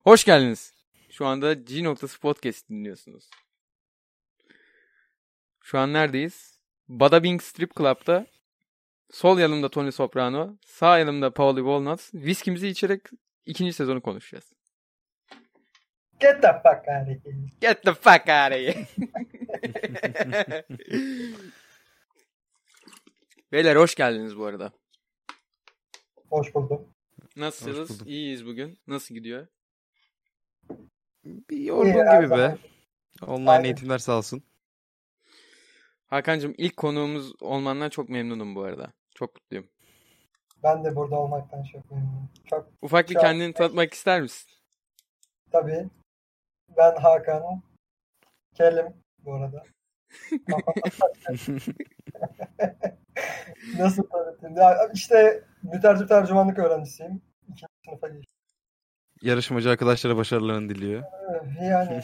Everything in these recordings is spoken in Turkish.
Hoş geldiniz. Şu anda G Noktası Podcast dinliyorsunuz. Şu an neredeyiz? Bada Bing Strip Club'da. Sol yanımda Tony Soprano, sağ yanımda Pauli Walnuts. Viskimizi içerek ikinci sezonu konuşacağız. Get the fuck out of here. Get the fuck out of here. Beyler hoş geldiniz bu arada. Hoş buldum. Nasılsınız? Hoş buldum. İyiyiz bugün. Nasıl gidiyor? Bir yorgun İyi, her gibi be. zaman. Online Aynen. eğitimler sağ olsun. Hakan'cığım ilk konuğumuz olmandan çok memnunum bu arada. Çok mutluyum. Ben de burada olmaktan çok memnunum. Çok Ufak bir Çok- kendini tanıtmak ister misin? tabii. Ben Hakan. Kelim bu arada. Nasıl tanıtayım? Ya işte mütercim tercümanlık öğrencisiyim. 2. sınıfa geçtim. Yarışmacı arkadaşlara başarılarını diliyor. Yani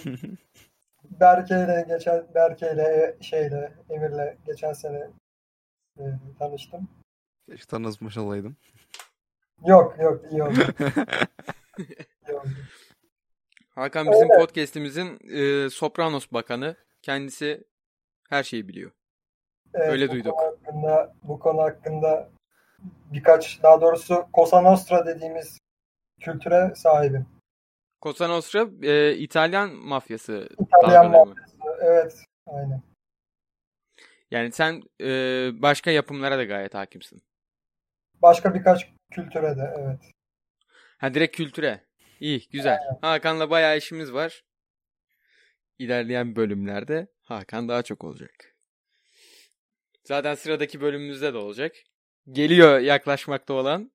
Emir'le geçen sene tanıştım. Keşke tanışmış olaydım. Yok iyi oldu. İyi oldu. Hakan bizim podcast'imizin Sopranos bakanı. Kendisi her şeyi biliyor. Evet, Öyle bu duyduk. Bu konu hakkında daha doğrusu Cosa Nostra dediğimiz kültüre sahibim. Cosa Nostra İtalyan mafyası İtalyan dalgaları mı? Evet, aynen. Yani sen başka yapımlara da gayet hakimsin. Başka birkaç kültüre de, evet. Ha direkt kültüre. İyi, güzel. Hakan'la bayağı işimiz var. İlerleyen bölümlerde Hakan daha çok olacak. Zaten sıradaki bölümümüzde de olacak. Geliyor yaklaşmakta olan.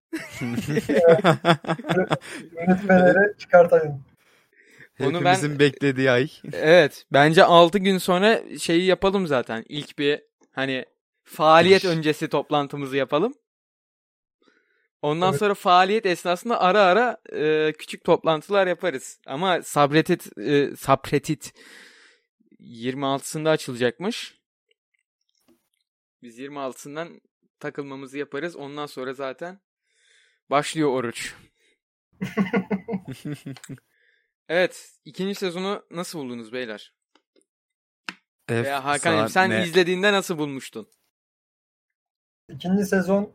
Yönetmeleri çıkartayım. Onu Hepimizin beklediği ay. Evet. Bence 6 gün sonra şeyi yapalım zaten. İlk bir hani faaliyet öncesi toplantımızı yapalım. Ondan Evet. sonra faaliyet esnasında ara ara küçük toplantılar yaparız. Ama Sabretit 26'sında açılacakmış. Biz 26'sından takılmamızı yaparız. Ondan sonra zaten başlıyor oruç. Evet. İkinci sezonu nasıl buldunuz beyler? Veya Hakan'cığım sen izlediğinde nasıl bulmuştun? İkinci sezon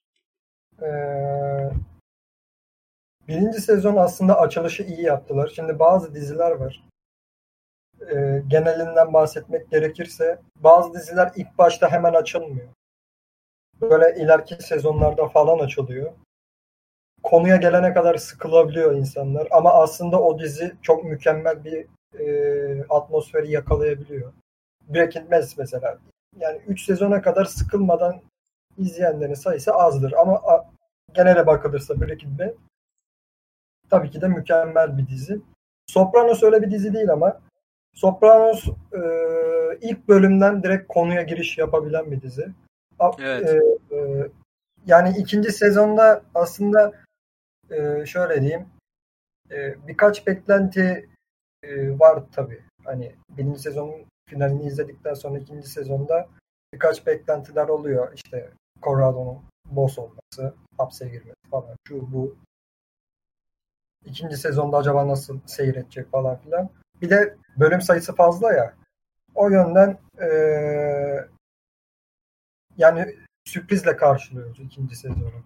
birinci sezon aslında açılışı iyi yaptılar. Şimdi bazı diziler var. Genelinden bahsetmek gerekirse bazı diziler ilk başta hemen açılmıyor. Böyle ileriki sezonlarda falan açılıyor. Konuya gelene kadar sıkılabiliyor insanlar. Ama aslında o dizi çok mükemmel bir atmosferi yakalayabiliyor. Breaking Bad mesela. Yani 3 sezona kadar sıkılmadan izleyenlerin sayısı azdır. Ama genele bakılırsa Breaking Bad tabii ki de mükemmel bir dizi. Sopranos öyle bir dizi değil ama Sopranos ilk bölümden direkt konuya giriş yapabilen bir dizi. Evet. Yani ikinci sezonda aslında şöyle diyeyim, birkaç beklenti var tabii. Hani birinci sezonun finalini izledikten sonra ikinci sezonda birkaç beklentiler oluyor. İşte Corrado'nun boss olması, hapse girmesi falan, şu bu. İkinci sezonda acaba nasıl seyredecek falan filan. Bir de bölüm sayısı fazla ya. O yönden yani sürprizle karşılıyoruz ikinci sezonu.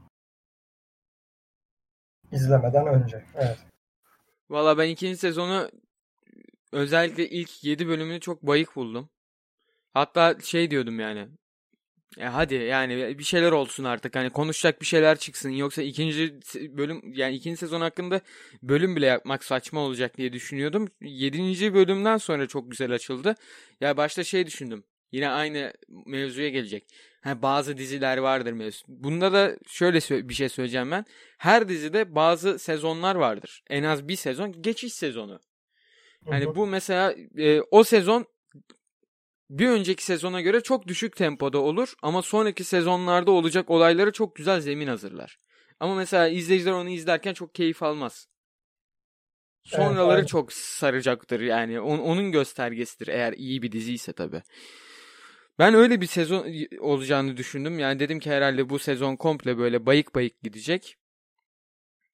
İzlemeden önce. Evet. Valla ben ikinci sezonu özellikle ilk 7 bölümünü çok bayık buldum. Hatta şey diyordum yani. Hadi yani bir şeyler olsun artık. Hani konuşacak bir şeyler çıksın. Yoksa ikinci bölüm yani ikinci sezon hakkında bölüm bile yapmak saçma olacak diye düşünüyordum. 7. bölümden sonra çok güzel açıldı. Ya başta şey düşündüm. Yine aynı mevzuya gelecek. Bazı diziler vardır mevzu. Bunda da şöyle bir şey söyleyeceğim ben. Her dizide bazı sezonlar vardır. En az bir sezon geçiş sezonu. Hani bu mesela o sezon bir önceki sezona göre çok düşük tempoda olur ama sonraki sezonlarda olacak olaylara çok güzel zemin hazırlar. Ama mesela izleyiciler onu izlerken çok keyif almaz. Sonraları Evet, çok saracaktır yani onun göstergesidir eğer iyi bir dizi ise tabii. Ben öyle bir sezon olacağını düşündüm. Yani dedim ki herhalde bu sezon komple böyle bayık bayık gidecek.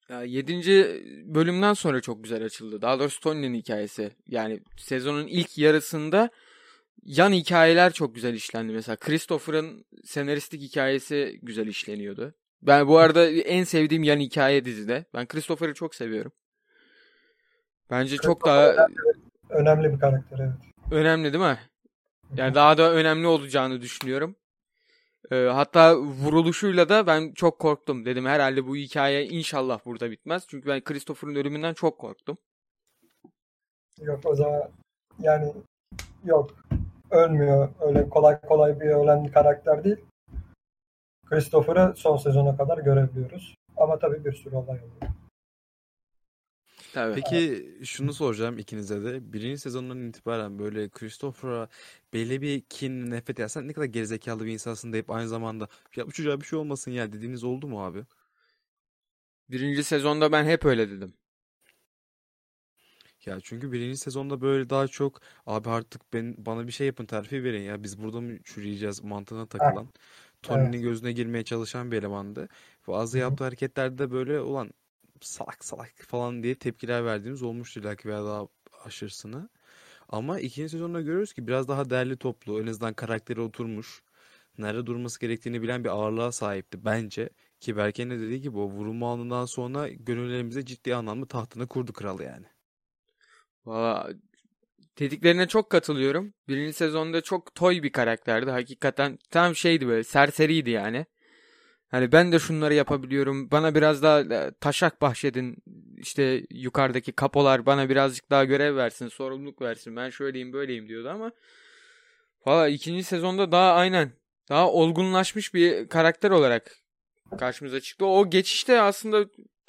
Ya 7. bölümden sonra çok güzel açıldı. Daha doğrusu Tony'nin hikayesi. Yani sezonun ilk yarısında yan hikayeler çok güzel işlendi. Mesela Christopher'ın senaristlik hikayesi güzel işleniyordu. Ben bu arada en sevdiğim yan hikaye dizide. Ben Christopher'ı çok seviyorum. Bence çok daha Önemli bir karakter, evet. önemli değil mi? Yani daha da önemli olacağını düşünüyorum. Hatta vuruluşuyla da ben çok korktum. Dedim herhalde bu hikaye inşallah burada bitmez. Çünkü ben Christopher'ın ölümünden çok korktum. Yok o zaman yani yok. Ölmüyor. Öyle kolay kolay bir ölen bir karakter değil. Christopher'ı son sezona kadar görebiliyoruz. Ama tabii bir sürü olay oluyor. Tabii. Peki şunu soracağım ikinize de. Birinci sezondan itibaren böyle Christopher'a belli bir kin, nefret ya sen ne kadar gerizekalı bir insansın deyip aynı zamanda ya bu çocuğa bir şey olmasın ya dediğiniz oldu mu abi? 1. sezonda ben hep öyle dedim. Ya çünkü birinci sezonda böyle daha çok abi artık bana bir şey yapın terfi verin ya biz burada mı çürüyeceğiz mantığına Ha, takılan evet. Tony'nin gözüne girmeye çalışan bir elemandı. Bazı Hı hı. yaptığı hareketlerde de böyle ulan salak salak falan diye tepkiler verdiğimiz olmuştur illaki veya daha aşırısını. Ama ikinci sezonda görüyoruz ki biraz daha derli toplu en azından karakteri oturmuş. Nerede durması gerektiğini bilen bir ağırlığa sahipti bence. Ki Berke'nin de dediği gibi o vurulma anından sonra gönüllerimize ciddi anlamda tahtını kurdu kral yani. Valla dediklerine çok katılıyorum. 1. sezonda çok toy bir karakterdi. Hakikaten tam şeydi böyle serseriydi yani. Hani ben de şunları yapabiliyorum. Bana biraz daha taşak bahşedin. İşte yukarıdaki kapolar bana birazcık daha görev versin, sorumluluk versin. Ben şöyleyim böyleyim diyordu ama valla 2. sezonda daha aynen daha olgunlaşmış bir karakter olarak karşımıza çıktı. O geçişte aslında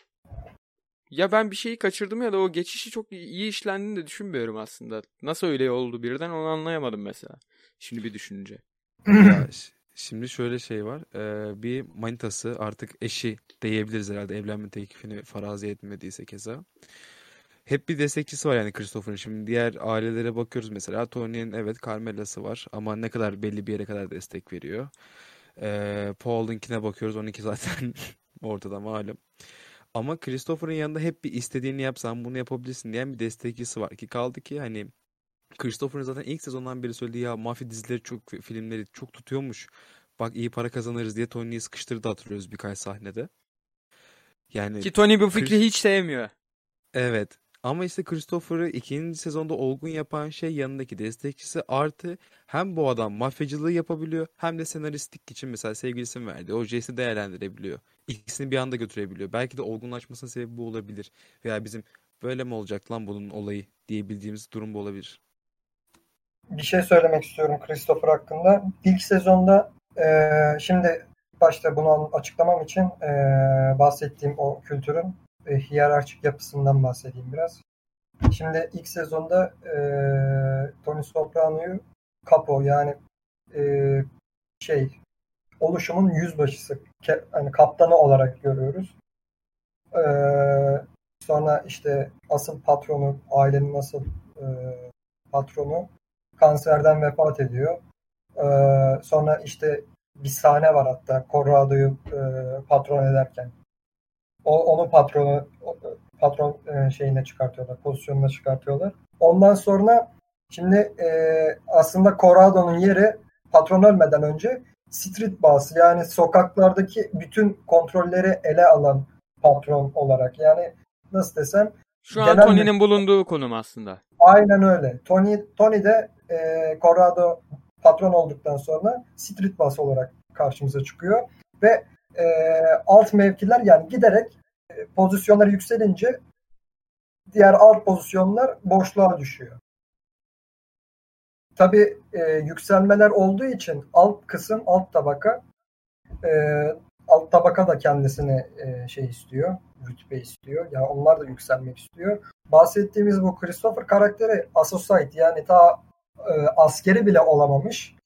ya ben bir şeyi kaçırdım ya da o geçişi çok iyi işlendiğini de düşünmüyorum aslında. Nasıl öyle oldu birden onu anlayamadım mesela. Şimdi bir düşününce. Ya şimdi şöyle şey var. Bir manitası artık eşi diyebiliriz herhalde evlenme teklifini farazi etmediyse keza. Hep bir destekçisi var yani Christopher'ın. Şimdi diğer ailelere bakıyoruz mesela. Tony'nin evet Carmela'sı var ama ne kadar belli bir yere kadar destek veriyor. Paul'unkine bakıyoruz. Onunki zaten ortada malum. Ama Christopher'ın yanında hep bir istediğini yapsan bunu yapabilirsin diyen bir destekçisi var ki kaldı ki hani Christopher'ın zaten ilk sezondan beri söylediği ya mafya dizileri çok filmleri çok tutuyormuş. Bak iyi para kazanırız diye Tony'yi sıkıştırdı hatırlıyoruz birkaç sahnede. Yani Ki Tony bu fikri Chris hiç sevmiyor. evet ama işte Christopher'ı ikinci sezonda olgun yapan şey yanındaki destekçisi artı hem bu adam mafyacılığı yapabiliyor hem de senaristlik için mesela sevgilisinin verdiği o jesti değerlendirebiliyor. İkisini bir anda götürebiliyor. Belki de olgunlaşmasının sebebi bu olabilir. Veya bizim böyle mi olacak lan bunun olayı diyebildiğimiz durum bu olabilir. Bir şey söylemek istiyorum Christopher hakkında. İlk sezonda şimdi başta bunu açıklamam için bahsettiğim o kültürün hiyerarşik yapısından bahsedeyim biraz. Şimdi ilk sezonda Tony Soprano'yu Capo yani şey oluşumun yüzbaşısı hani kaptanı olarak görüyoruz. Sonra işte asıl patronu, ailenin asıl patronu kanserden vefat ediyor. Sonra işte bir sahne var hatta Corrado'yu patron ederken. Onu patron şeyine çıkartıyorlar, pozisyonuna çıkartıyorlar. Ondan sonra şimdi aslında Corrado'nun yeri patron ölmeden önce street boss yani sokaklardaki bütün kontrolleri ele alan patron olarak. Yani nasıl desem Şu an genel Tony'nin bulunduğu konum aslında. aynen öyle. Tony de Corrado patron olduktan sonra street boss olarak karşımıza çıkıyor ve alt mevkiler yani giderek pozisyonları yükselince diğer alt pozisyonlar boşluğa düşüyor. Tabii yükselmeler olduğu için alt tabaka alt tabaka da kendisine şey istiyor, rütbe istiyor. Yani onlar da yükselmek istiyor. Bahsettiğimiz bu Christopher karakteri asosite yani ta askeri bile olamamış.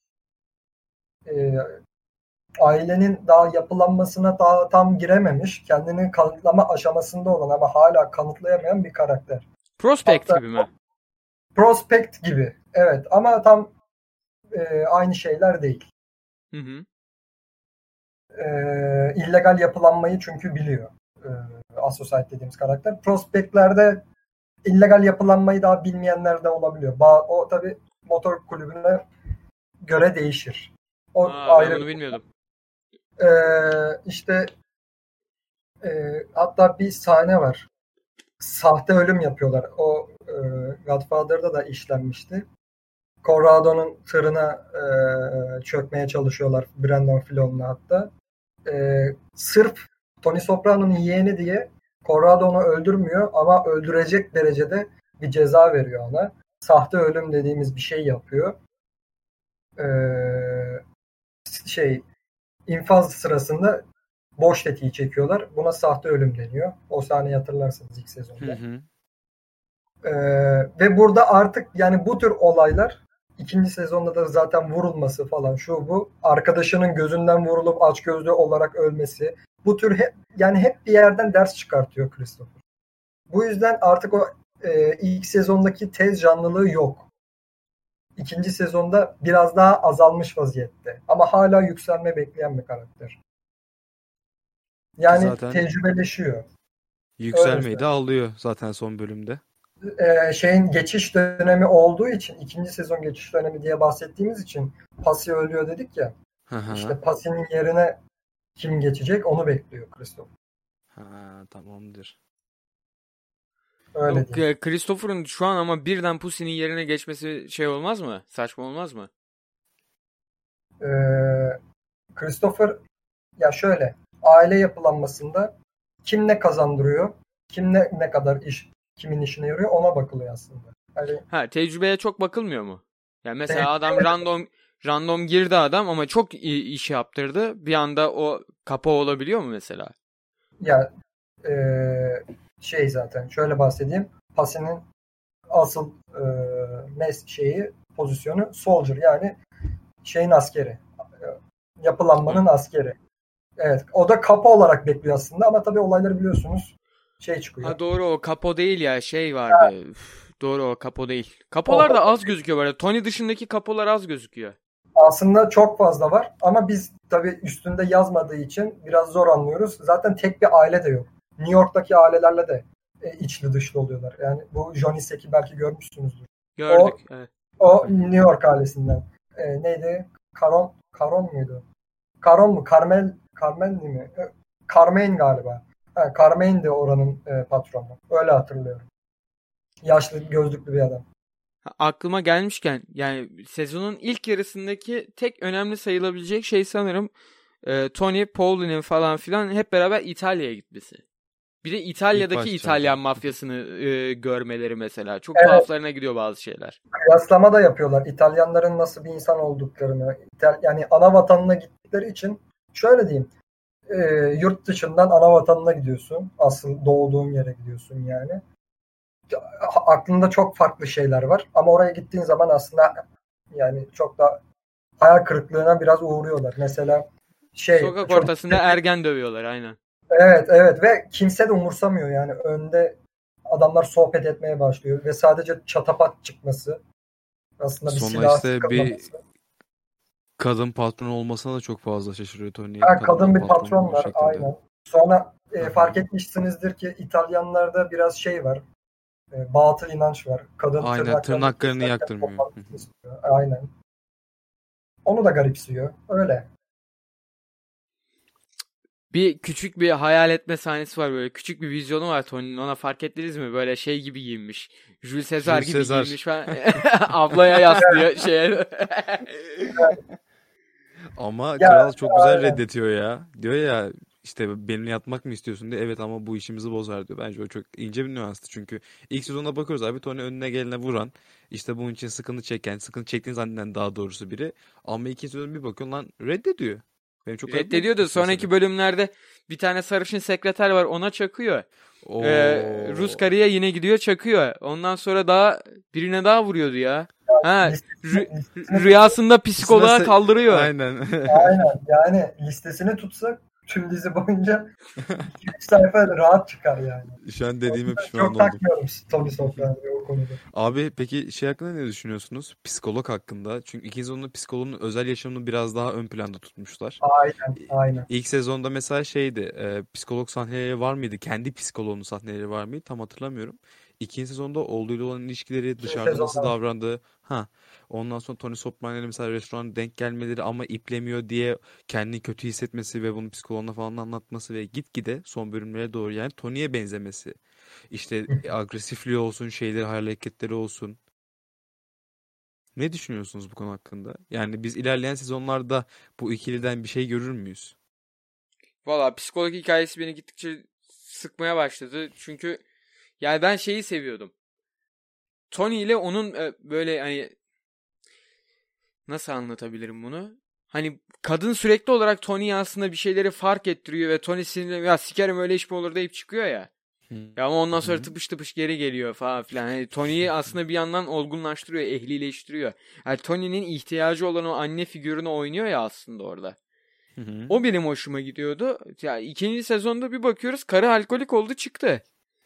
Ailenin daha yapılanmasına daha tam girememiş. Kendini kanıtlama aşamasında olan ama hala kanıtlayamayan bir karakter. Prospect Hatta gibi mi? Prospect gibi. Evet ama tam aynı şeyler değil. Hı hı. İllegal yapılanmayı çünkü biliyor. Associate dediğimiz karakter. Prospektlerde illegal yapılanmayı daha bilmeyenler de olabiliyor. O tabii motor kulübüne göre değişir. O Ben ayrı. bunu bilmiyordum. İşte hatta bir sahne var. Sahte ölüm yapıyorlar. O Godfather'da da işlenmişti. Corrado'nun tırına çökmeye çalışıyorlar. Brandon Filon'la hatta. Sırf Tony Soprano'nun yeğeni diye Corrado onu öldürmüyor ama öldürecek derecede bir ceza veriyor ona. Sahte ölüm dediğimiz bir şey yapıyor. İnfaz sırasında boş tetiği çekiyorlar. Buna sahte ölüm deniyor. O sahneyi hatırlarsınız ilk sezonda. Ve burada artık yani bu tür olaylar ikinci sezonda da zaten vurulması falan şu bu. Arkadaşının gözünden vurulup açgözlü olarak ölmesi. Bu tür hep bir yerden ders çıkartıyor Christopher. Bu yüzden artık o ilk sezondaki tez canlılığı yok. İkinci sezonda biraz daha azalmış vaziyette. Ama hala yükselme bekleyen bir karakter. Yani Zaten tecrübeleşiyor. yükselmeyi de alıyor zaten son bölümde. Geçiş dönemi olduğu için, ikinci sezon geçiş dönemi diye bahsettiğimiz için Pasi ölüyor dedik ya. İşte Pasi'nin yerine kim geçecek onu bekliyor Christopher. Tamamdır. Öyle Christopher'ın şu an ama birden Pussy'nin yerine geçmesi şey olmaz mı? Saçma olmaz mı? Christopher ya şöyle aile yapılanmasında kim ne kazandırıyor, kim ne kadar kimin işine yarıyor ona bakılıyor aslında. Yani, tecrübeye çok bakılmıyor mu? Yani mesela adam random girdi adam ama çok iyi iş yaptırdı. Bir anda o kapa olabiliyor mu mesela? Ya zaten şöyle bahsedeyim. Pasi'nin asıl pozisyonu soldier yani askeri. Yapılanmanın askeri. Evet. O da kapa olarak bekliyor aslında ama tabii olayları biliyorsunuz çıkıyor. Doğru o kapo değil ya vardı. Doğru o kapo değil. Kapolar da az gözüküyor böyle. Tony dışındaki kapolar az gözüküyor. Aslında çok fazla var ama biz tabii üstünde yazmadığı için biraz zor anlıyoruz. Zaten tek bir aile de yok. New York'taki ailelerle de içli dışlı oluyorlar. Yani bu Johnny Sack'i belki görmüşsünüzdür. Gördük. Evet. O New York ailesinden. Neydi? Caron muydu? Caron mu? Carmen mi? Carmen galiba. Carmen de oranın patronu. Öyle hatırlıyorum. Yaşlı gözlüklü bir adam. Aklıma gelmişken yani sezonun ilk yarısındaki tek önemli sayılabilecek şey sanırım Tony, Pauline'in falan filan hep beraber İtalya'ya gitmesi. Bir de İtalya'daki İtalyan mafyasını görmeleri mesela. Çok tuhaflarına gidiyor bazı şeyler. Kıyaslama da yapıyorlar. İtalyanların nasıl bir insan olduklarını. Yani ana vatanına gittikleri için şöyle diyeyim. Yurt dışından ana vatanına gidiyorsun. Asıl doğduğun yere gidiyorsun yani. Aklında çok farklı şeyler var. Ama oraya gittiğin zaman aslında yani çok da hayal kırıklığına biraz uğruyorlar. Mesela sokak ortasında ergen dövüyorlar aynen. Evet ve kimse de umursamıyor yani önde adamlar sohbet etmeye başlıyor ve sadece çatapat çıkması aslında bir silah sıkılmaması. Bir kadın patron olmasına da çok fazla şaşırıyor Tony. Kadın bir patron var aynen. Sonra fark etmişsinizdir ki İtalyanlarda biraz var. Batıl inanç var. Kadın tırnaklarını yaktırmıyor. Aynen. Onu da garipsiyor. Öyle. Küçük bir hayal etme sahnesi var böyle. Küçük bir vizyonu var Tony'nin. Ona fark ettiniz mi? Böyle gibi giyinmiş. Jules Caesar gibi giyinmiş falan. Ablaya yaslıyor Ama kral çok güzel reddediyor ya. Diyor ya işte benimle yatmak mı istiyorsun diye. Evet ama bu işimizi bozar diyor. Bence o çok ince bir nüanstı. Çünkü ilk sezonda bakıyoruz abi Tony önüne gelene vuran, işte bunun için sıkıntı çektiğini zanneden daha doğrusu biri. Ama ikinci sezon bir bakıyorsun lan reddediyor. Reddediyor da sonraki bölümlerde bir tane sarışın sekreter var ona çakıyor. Rus karıya yine gidiyor çakıyor. Ondan sonra birine daha vuruyordu ya. Rüyasında psikoloğa kaldırıyor. Aynen. Aynen yani listesini tutsak tüm dizi boyunca 2-3 sayfa rahat çıkar yani. Şu an dediğime pişman oldum. Çok takmıyorum Tony Soprano'yu o konuda. Abi peki şey hakkında ne düşünüyorsunuz? Psikolog hakkında. Çünkü ikinci sezonda psikologun özel yaşamını biraz daha ön planda tutmuşlar. Aynen, aynen. İlk sezonda mesela şeydi, psikolog sahneleri var mıydı? Kendi psikoloğunun sahneleri var mıydı? Tam hatırlamıyorum. İkinci sezonda olduğuyla olan ilişkileri, İkinci dışarıda nasıl sezonda davrandığı. Ha. Ondan sonra Tony Soprano'yla mesela restorana denk gelmeleri ama iplemiyor diye kendini kötü hissetmesi ve bunu psikoloğuna falan anlatması ve gitgide son bölümlere doğru yani Tony'ye benzemesi. İşte agresifliği olsun, şeyleri, hareketleri olsun. Ne düşünüyorsunuz bu konu hakkında? Yani biz ilerleyen sezonlarda bu ikiliden bir şey görür müyüz? Valla psikolog hikayesi beni gittikçe sıkmaya başladı. Çünkü yani ben şeyi seviyordum. Tony ile onun böyle hani nasıl anlatabilirim bunu? Hani kadın sürekli olarak Tony'ye aslında bir şeyleri fark ettiriyor ve Tony sinirleniyor. Ya sikerim öyle iş mi olur deyip çıkıyor ya. Hı Ya ama ondan sonra hı. tıpış tıpış geri geliyor falan filan. Hani Tony'yi aslında bir yandan olgunlaştırıyor, ehlileştiriyor. Yani Tony'nin ihtiyacı olan o anne figürünü oynuyor ya aslında orada. Hı hı. O benim hoşuma gidiyordu. Ya ikinci sezonda bir bakıyoruz karı alkolik oldu çıktı.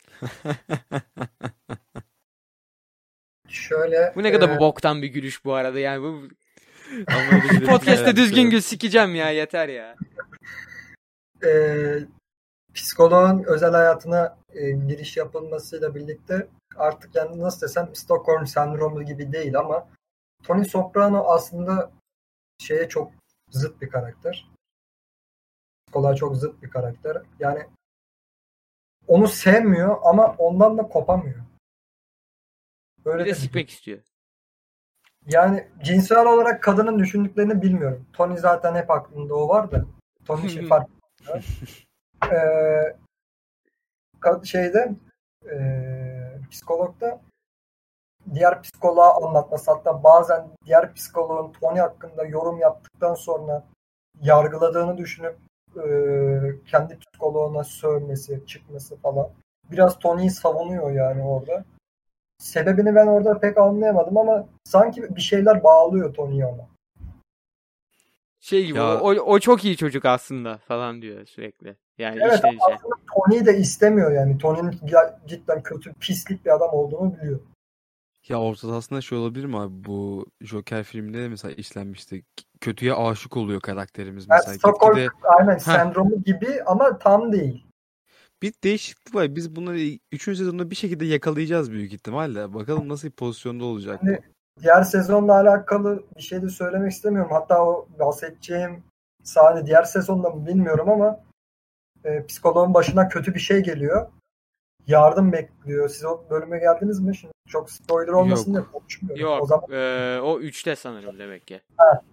şöyle Bu ne kadar bu boktan bir gülüş bu arada yani bu Ama öyle şu giresim podcast'te geldi şu düzgün an. gül sikeceğim ya yeter ya. e, psikoloğun özel hayatına giriş yapılmasıyla birlikte artık yani nasıl desem Stockholm sendromu gibi değil ama Tony Soprano aslında şeye çok zıt bir karakter. Psikoloğa çok zıt bir karakter. Yani onu sevmiyor ama ondan da kopamıyor. Bir Böyle de de bir durum. sikmek istiyor. Yani cinsel olarak kadının düşündüklerini bilmiyorum. Tony zaten hep aklında o var da. Tony şey farklı. Ee, şeyde psikologda diğer psikoloğa anlatması hatta bazen diğer psikoloğun Tony hakkında yorum yaptıktan sonra yargıladığını düşünüp kendi psikoloğuna sövmesi, çıkması falan. Biraz Tony'yi savunuyor yani orada. Sebebini ben orada pek anlayamadım ama sanki bir şeyler bağlıyor Tony'yi ama. Şey gibi Ya o çok iyi çocuk aslında falan diyor sürekli. Yani Evet içten içe. aslında Tony'yi de istemiyor yani. Tony'nin cidden kötü, pislik bir adam olduğunu biliyor. ya ortada aslında şey olabilir mi abi? Bu Joker filminde de mesela işlenmişti. Kötüye aşık oluyor karakterimiz Yani mesela. Stockholm Gitgide aynen ha sendromu gibi ama tam değil. bir değişiklik var. Biz bunları 3. sezonda bir şekilde yakalayacağız büyük ihtimalle. Bakalım nasıl bir pozisyonda olacak Şimdi bu. diğer sezonla alakalı bir şey de söylemek istemiyorum. Hatta o bahsedeceğim sahne diğer sezonda mı bilmiyorum ama psikoloğun başına kötü bir şey geliyor. Yardım bekliyor. Siz o bölüme geldiniz mi? Şimdi çok spoiler olmasın diye Yok. konuşmuyorum. O Yok. zaman O 3'te sanırım demek ki.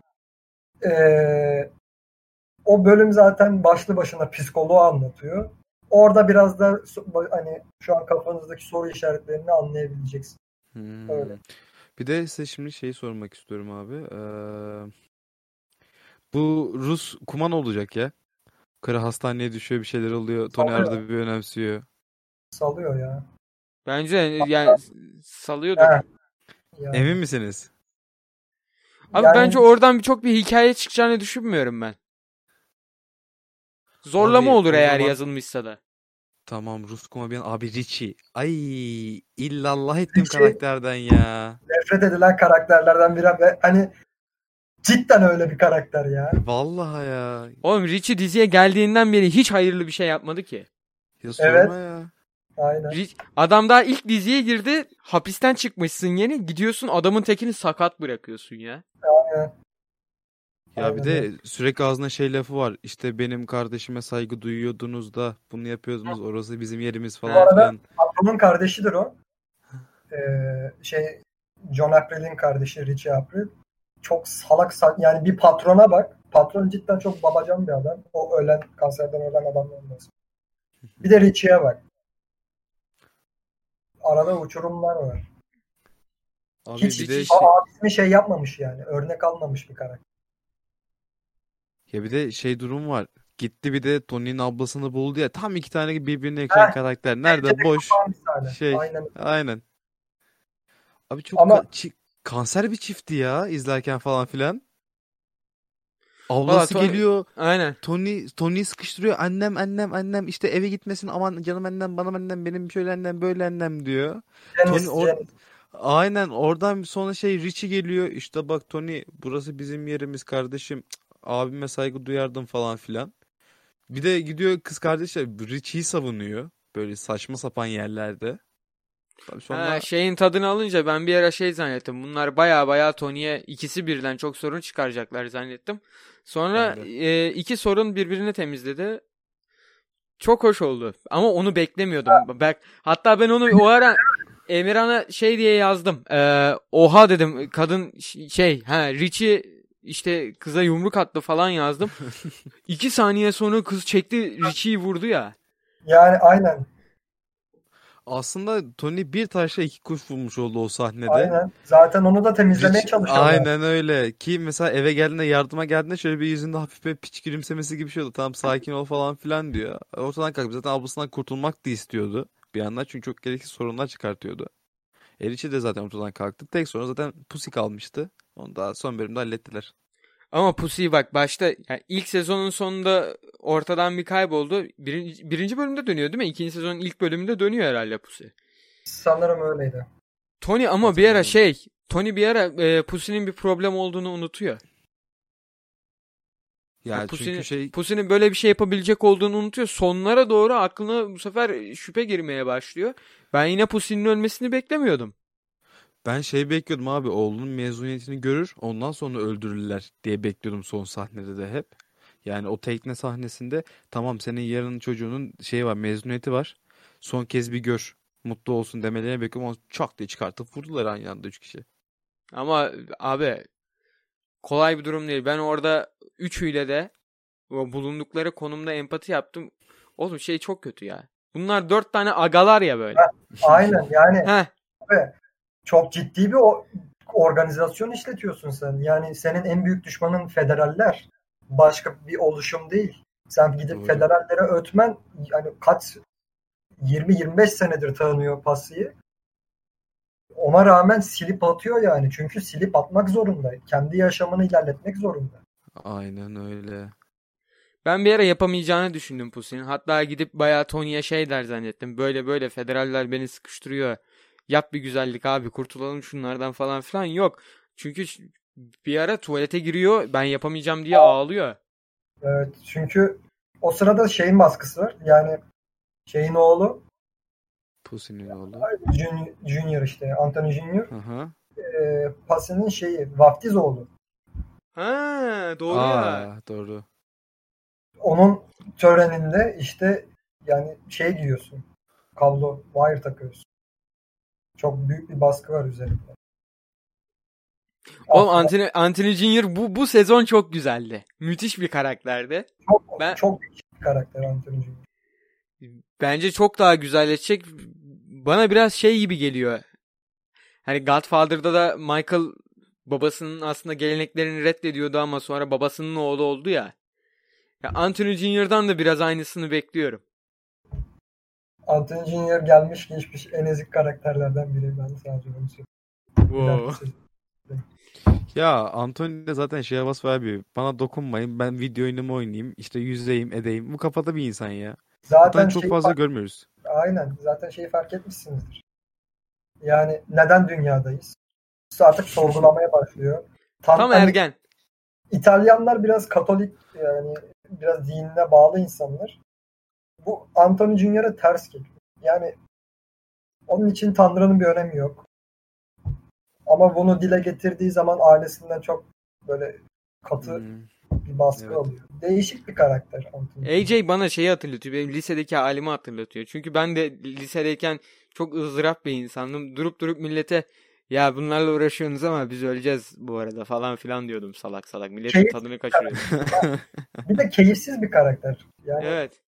e, o bölüm zaten başlı başına psikoloğu anlatıyor. Orada biraz da hani şu an kafanızdaki soru işaretlerini anlayabileceksin. Öyle. Hmm. Bir de size şimdi şeyi sormak istiyorum abi. Bu Rus kuman olacak ya. Karı hastaneye düşüyor, bir şeyler oluyor. Tony Salıyor. arada bir önemsiyor. Salıyor ya. Bence yani salıyordur. He, Emin yani. misiniz? Abi bence Yani oradan çok bir hikaye çıkacağını düşünmüyorum ben. Zorlama Abi olur o eğer zaman yazılmışsa da. tamam Rus komedyen abi Richie. Ay illallah ettim Richie karakterden ya. nefret edilen karakterlerden biri ve hani cidden öyle bir karakter ya. Vallahi ya. Oğlum Richie diziye geldiğinden beri hiç hayırlı bir şey yapmadı ki. Ya Evet, sorma ya. aynen. Adam daha ilk diziye girdi. Hapisten çıkmışsın yeni. Gidiyorsun adamın tekini sakat bırakıyorsun ya. Aynen, Ya bir aynen öyle. de sürekli ağzına şey lafı var. İşte benim kardeşime saygı duyuyordunuz da bunu yapıyordunuz. Orası bizim yerimiz Bu falan He. arada filan. April'in kardeşidir o. Şey John April'in kardeşi Richie April. Çok salak yani bir patrona bak. Patron cidden çok babacan bir adam. O ölen kanserden ölen adamların olması. Bir de Richie'ye bak. Arada uçurumlar var. Abi Hiç bir de Richie şey abisini şey yapmamış yani. Örnek almamış bir karakter. ya bir de şey durum var. Gitti bir de Tony'nin ablasını buldu ya. Tam iki tane birbirine yakın Heh, karakter. Nerede? tencere Boş. kapağı misali. Şey. Aynen. Aynen. Abi çok Ama kanser bir çiftti ya izlerken falan filan. Ablası Valla geliyor. aynen. Tony'yi sıkıştırıyor. Annem işte eve gitmesin. Aman canım annem, bana annem, benim şöyle annem, böyle annem diyor. Tony Janice. aynen oradan sonra Richie geliyor. İşte bak Tony, burası bizim yerimiz kardeşim. Cık, abime saygı duyardım falan filan. Bir de gidiyor kız kardeşler Richie'yi savunuyor. Böyle saçma sapan yerlerde. Tabii sonra Şeyin tadını alınca ben bir ara şey zannettim. Bunlar baya baya Tony'ye ikisi birden çok sorun çıkaracaklar zannettim. Sonra ben de. iki sorun birbirini temizledi. Çok hoş oldu. Ama onu beklemiyordum. Hatta ben onu o ara Emirhan'a şey diye yazdım. Oha dedim. Kadın Richie işte kıza yumruk attı falan yazdım. 2 saniye sonra kız çekti Richie'yi vurdu ya. Yani aynen. Aslında Tony bir taşla iki kuş vurmuş oldu o sahnede. Aynen. Zaten onu da temizlemeye çalışıyorlar. Aynen öyle. Ki mesela eve geldiğinde, yardıma geldiğinde şöyle bir yüzünde hafif bir piç gülümsemesi gibi bir şey oldu. Tamam sakin ol falan filan diyor. Ortadan kalkıp zaten ablasından kurtulmak da istiyordu bir yandan, çünkü çok gereksiz sorunlar çıkartıyordu. Richie de zaten ortadan kalktı. Tek sorun zaten Pussy kalmıştı. Onu da son bölümde hallettiler. Ama Pussy bak başta yani ilk sezonun sonunda ortadan bir kayboldu. Birinci bölümde dönüyor değil mi? İkinci sezonun ilk bölümünde dönüyor herhalde Pussy. Sanırım öyleydi. Tony ama bir ara Tony bir ara Pussy'nin bir problem olduğunu unutuyor. Ya çünkü Pussy'nin böyle bir şey yapabilecek olduğunu unutuyor. Sonlara doğru aklına bu sefer şüphe girmeye başlıyor. Ben yine Pussy'nin ölmesini beklemiyordum. ben bekliyordum abi, oğlunun mezuniyetini görür ondan sonra öldürürler diye bekliyordum son sahnede de hep. Yani o tekne sahnesinde tamam, senin yarın çocuğunun var, mezuniyeti var. Son kez bir gör, mutlu olsun demelerini bekliyorum ama çak diye çıkartıp vurdular aynı anda 3 kişi. Ama abi kolay bir durum değil. Ben orada üçüyle de bulundukları konumda empati yaptım. Oğlum çok kötü ya. Bunlar 4 tane agalar ya böyle. Aynen yani. Heh. Çok ciddi bir organizasyon işletiyorsun sen. Yani senin en büyük düşmanın federaller. Başka bir oluşum değil. Sen gidip Doğru. federallere ötmen, yani kaç 20-25 senedir tanıyor Passy. Ona rağmen silip atıyor yani. Çünkü silip atmak zorunda. Kendi yaşamını ilerletmek zorunda. Aynen öyle. Ben bir ara yapamayacağını düşündüm Pussy'nin. Hatta gidip bayağı Tony'ye der zannettim. Böyle böyle federaller beni sıkıştırıyor. Yap bir güzellik abi, kurtulalım şunlardan falan filan. Yok. Çünkü bir ara tuvalete giriyor. Ben yapamayacağım diye ağlıyor. Evet. Çünkü o sırada şeyin baskısı var. Yani şeyin oğlu, Pussy'nin oğlu. Junior işte. Anthony Junior. Aha. Passy'nin vaftiz oğlu. Ha, doğru ya. Doğru. Onun töreninde işte yani giyiyorsun. Kablo, wire takıyorsun. Çok büyük bir baskı var üzerinde. Oğlum Anthony Junior bu sezon çok güzeldi. Müthiş bir karakterdi. Çok büyük bir karakter Anthony Junior. Bence çok daha güzelleşecek. Bana biraz gibi geliyor. Hani Godfather'da da Michael babasının aslında geleneklerini reddediyordu ama sonra babasının oğlu oldu ya. Ya Anthony Junior'dan da biraz aynısını bekliyorum. Anthony Junior gelmiş geçmiş en ezik karakterlerden biri, ben sadece onu söyleyeyim. Wow. Ya Anthony de zaten havası var bir. Bana dokunmayın, ben video oyunumu oynayayım, işte yüzeyim edeyim. Bu kafada bir insan ya. Zaten çok fazla görmüyoruz. Aynen. Zaten fark etmişsinizdir. Yani neden dünyadayız? Artık sorgulamaya başlıyor. Tam ergen. İtalyanlar biraz Katolik, yani biraz dinine bağlı insanlar. Bu Anthony Junior'a ters geliyor. Yani onun için Tanrı'nın bir önemi yok. Ama bunu dile getirdiği zaman ailesinden çok böyle katı bir baskı alıyor. Değişik bir karakter Anthony. AJ bana hatırlatıyor. Benim lisedeki halimi hatırlatıyor. Çünkü ben de lisedeyken çok ızdırap bir insandım. Durup millete ya bunlarla uğraşıyorsunuz ama biz öleceğiz bu arada falan filan diyordum salak salak. Milletin tadını kaçırıyordum. Bir de keyifsiz bir karakter. Yani evet.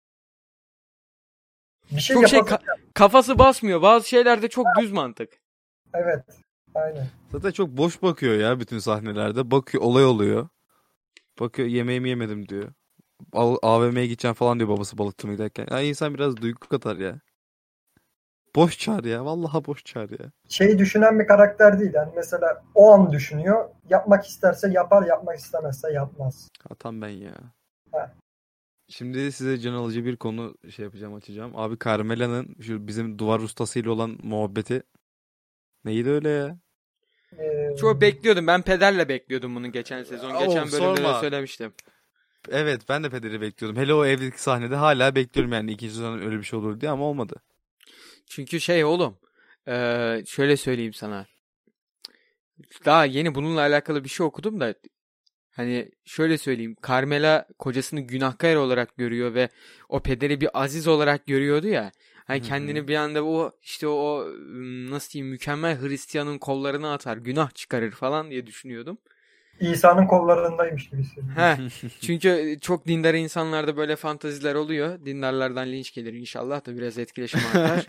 Bir şey kafası basmıyor. Bazı şeylerde çok düz mantık. Evet. Aynen. Zaten çok boş bakıyor ya bütün sahnelerde. Bakıyor, olay oluyor. Bakıyor, yemeğimi yemedim diyor. AVM'ye gideceğim falan diyor babası balık tutmaya giderken. Yani insan biraz duygu katar ya. Boş çağrı ya. Vallahi boş çağrı ya. Şeyi düşünen bir karakter değil. Yani mesela o an düşünüyor. Yapmak isterse yapar, yapmak istemezse yapmaz. Tam ben ya. Ha. Şimdi size can alıcı bir konu açacağım. Abi Carmela'nın şu bizim duvar ustasıyla olan muhabbeti neydi öyle ya? Çok bekliyordum. Ben pederle bekliyordum bunu geçen sezon. Geçen bölümde de sorma. söylemiştim. Evet, ben de Peder'i bekliyordum. Hele o evlilik sahnede hala bekliyorum yani ikinci sezonun öyle bir şey olur diye ama olmadı. Çünkü oğlum. Şöyle söyleyeyim sana. Daha yeni bununla alakalı bir şey okudum da hani şöyle söyleyeyim. Carmela kocasını günahkar olarak görüyor ve o pederi bir aziz olarak görüyordu ya. Hani kendini bir anda o nasıl diyeyim mükemmel Hristiyanın kollarına atar, günah çıkarır falan diye düşünüyordum. İsa'nın kollarındaymış gibi hissediyorum. Çünkü çok dindar insanlarda böyle fantaziler oluyor. Dindarlardan linç gelir inşallah da biraz etkileşim artar.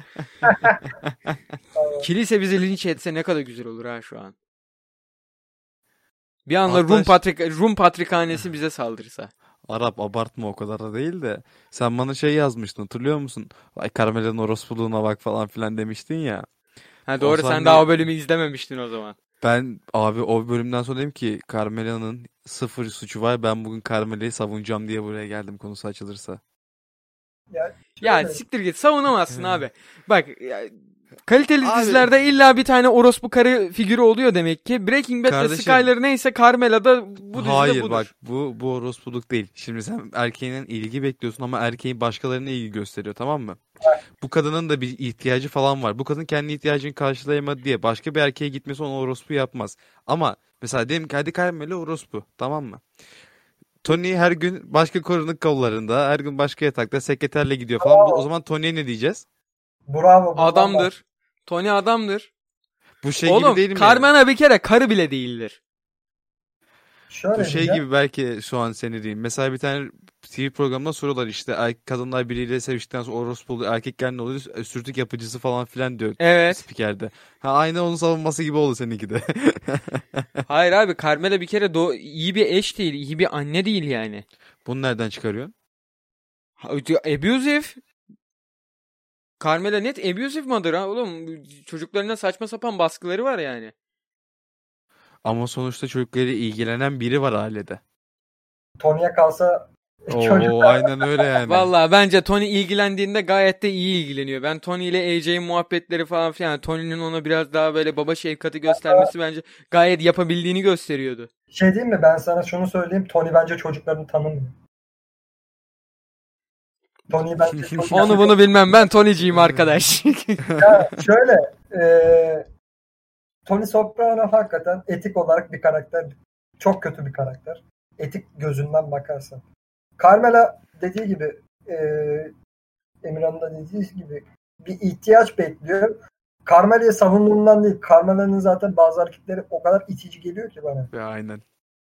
Kilise bizi linç etse ne kadar güzel olur ha şu an. Bir anda Rum patrikhanesi bize saldırsa. Arap abartma o kadar da değil de. Sen bana yazmıştın hatırlıyor musun? Ay Carmela'nın orospuluğuna bak falan filan demiştin ya. Ha doğru sen daha o bölümü izlememiştin o zaman. Ben abi o bölümden sonra dedim ki Carmela'nın sıfır suçu var. Ben bugün Carmela'yı savunacağım diye buraya geldim konusu açılırsa. Ya siktir git savunamazsın abi. Bak kaliteli Abi, dizilerde illa bir tane orospu karı figürü oluyor demek ki. Breaking Bad'de kardeşim, Skyler neyse Carmela da bu dizide hayır budur. bak bu orospuluk değil. Şimdi sen erkeğinden ilgi bekliyorsun ama erkeğin başkalarına ilgi gösteriyor, tamam mı? Bu kadının da bir ihtiyacı falan var. Bu kadın kendi ihtiyacını karşılayamadı diye başka bir erkeğe gitmesi onu orospu yapmaz. Ama mesela diyelim ki hadi Carmela orospu, tamam mı? Tony her gün başka korunuk kollarında, her gün başka yatakta sekreterle gidiyor falan. O zaman Tony'ye ne diyeceğiz? Bravo. Adamdır. Tony adamdır. Bu şey Oğlum, gibi değil mi? Carmela bir kere karı bile değildir. Şöyle Bu şey gibi belki şu an seni diyeyim. Mesela bir tane TV programında soruyorlar işte kadınlar biriyle seviştikten sonra orospu oluyor, erkekler ne oluyor? Sürtük yapıcısı falan filan diyor Evet. spikerde. Aynı onun savunması gibi oldu seninki de. Hayır abi Carmela bir kere iyi bir eş değil, iyi bir anne değil yani. Bunu nereden çıkarıyorsun? Abusive. Carmela net abusive mother ha oğlum. Çocuklarına saçma sapan baskıları var yani. Ama sonuçta çocuklarıyla ilgilenen biri var ailede. Tony'ye kalsa Oo, aynen öyle yani. Vallahi bence Tony ilgilendiğinde gayet de iyi ilgileniyor. Ben Tony ile AJ'in muhabbetleri falan filan. Tony'nin ona biraz daha böyle baba şefkati göstermesi bence gayet yapabildiğini gösteriyordu. Diyeyim mi, ben sana şunu söyleyeyim. Tony bence çocuklarını tanımıyor. Tony bence Onu bunu bilmem, ben Tony'ciyim arkadaş. Ya şöyle Tony Soprano hakikaten etik olarak bir karakter. Çok kötü bir karakter. Etik gözünden bakarsan. Carmela dediği gibi Emirhan'ın da dediği gibi bir ihtiyaç bekliyor. Carmela'yı savunduğumdan değil. Carmela'nın zaten bazı hareketleri o kadar itici geliyor ki bana. Ya, aynen.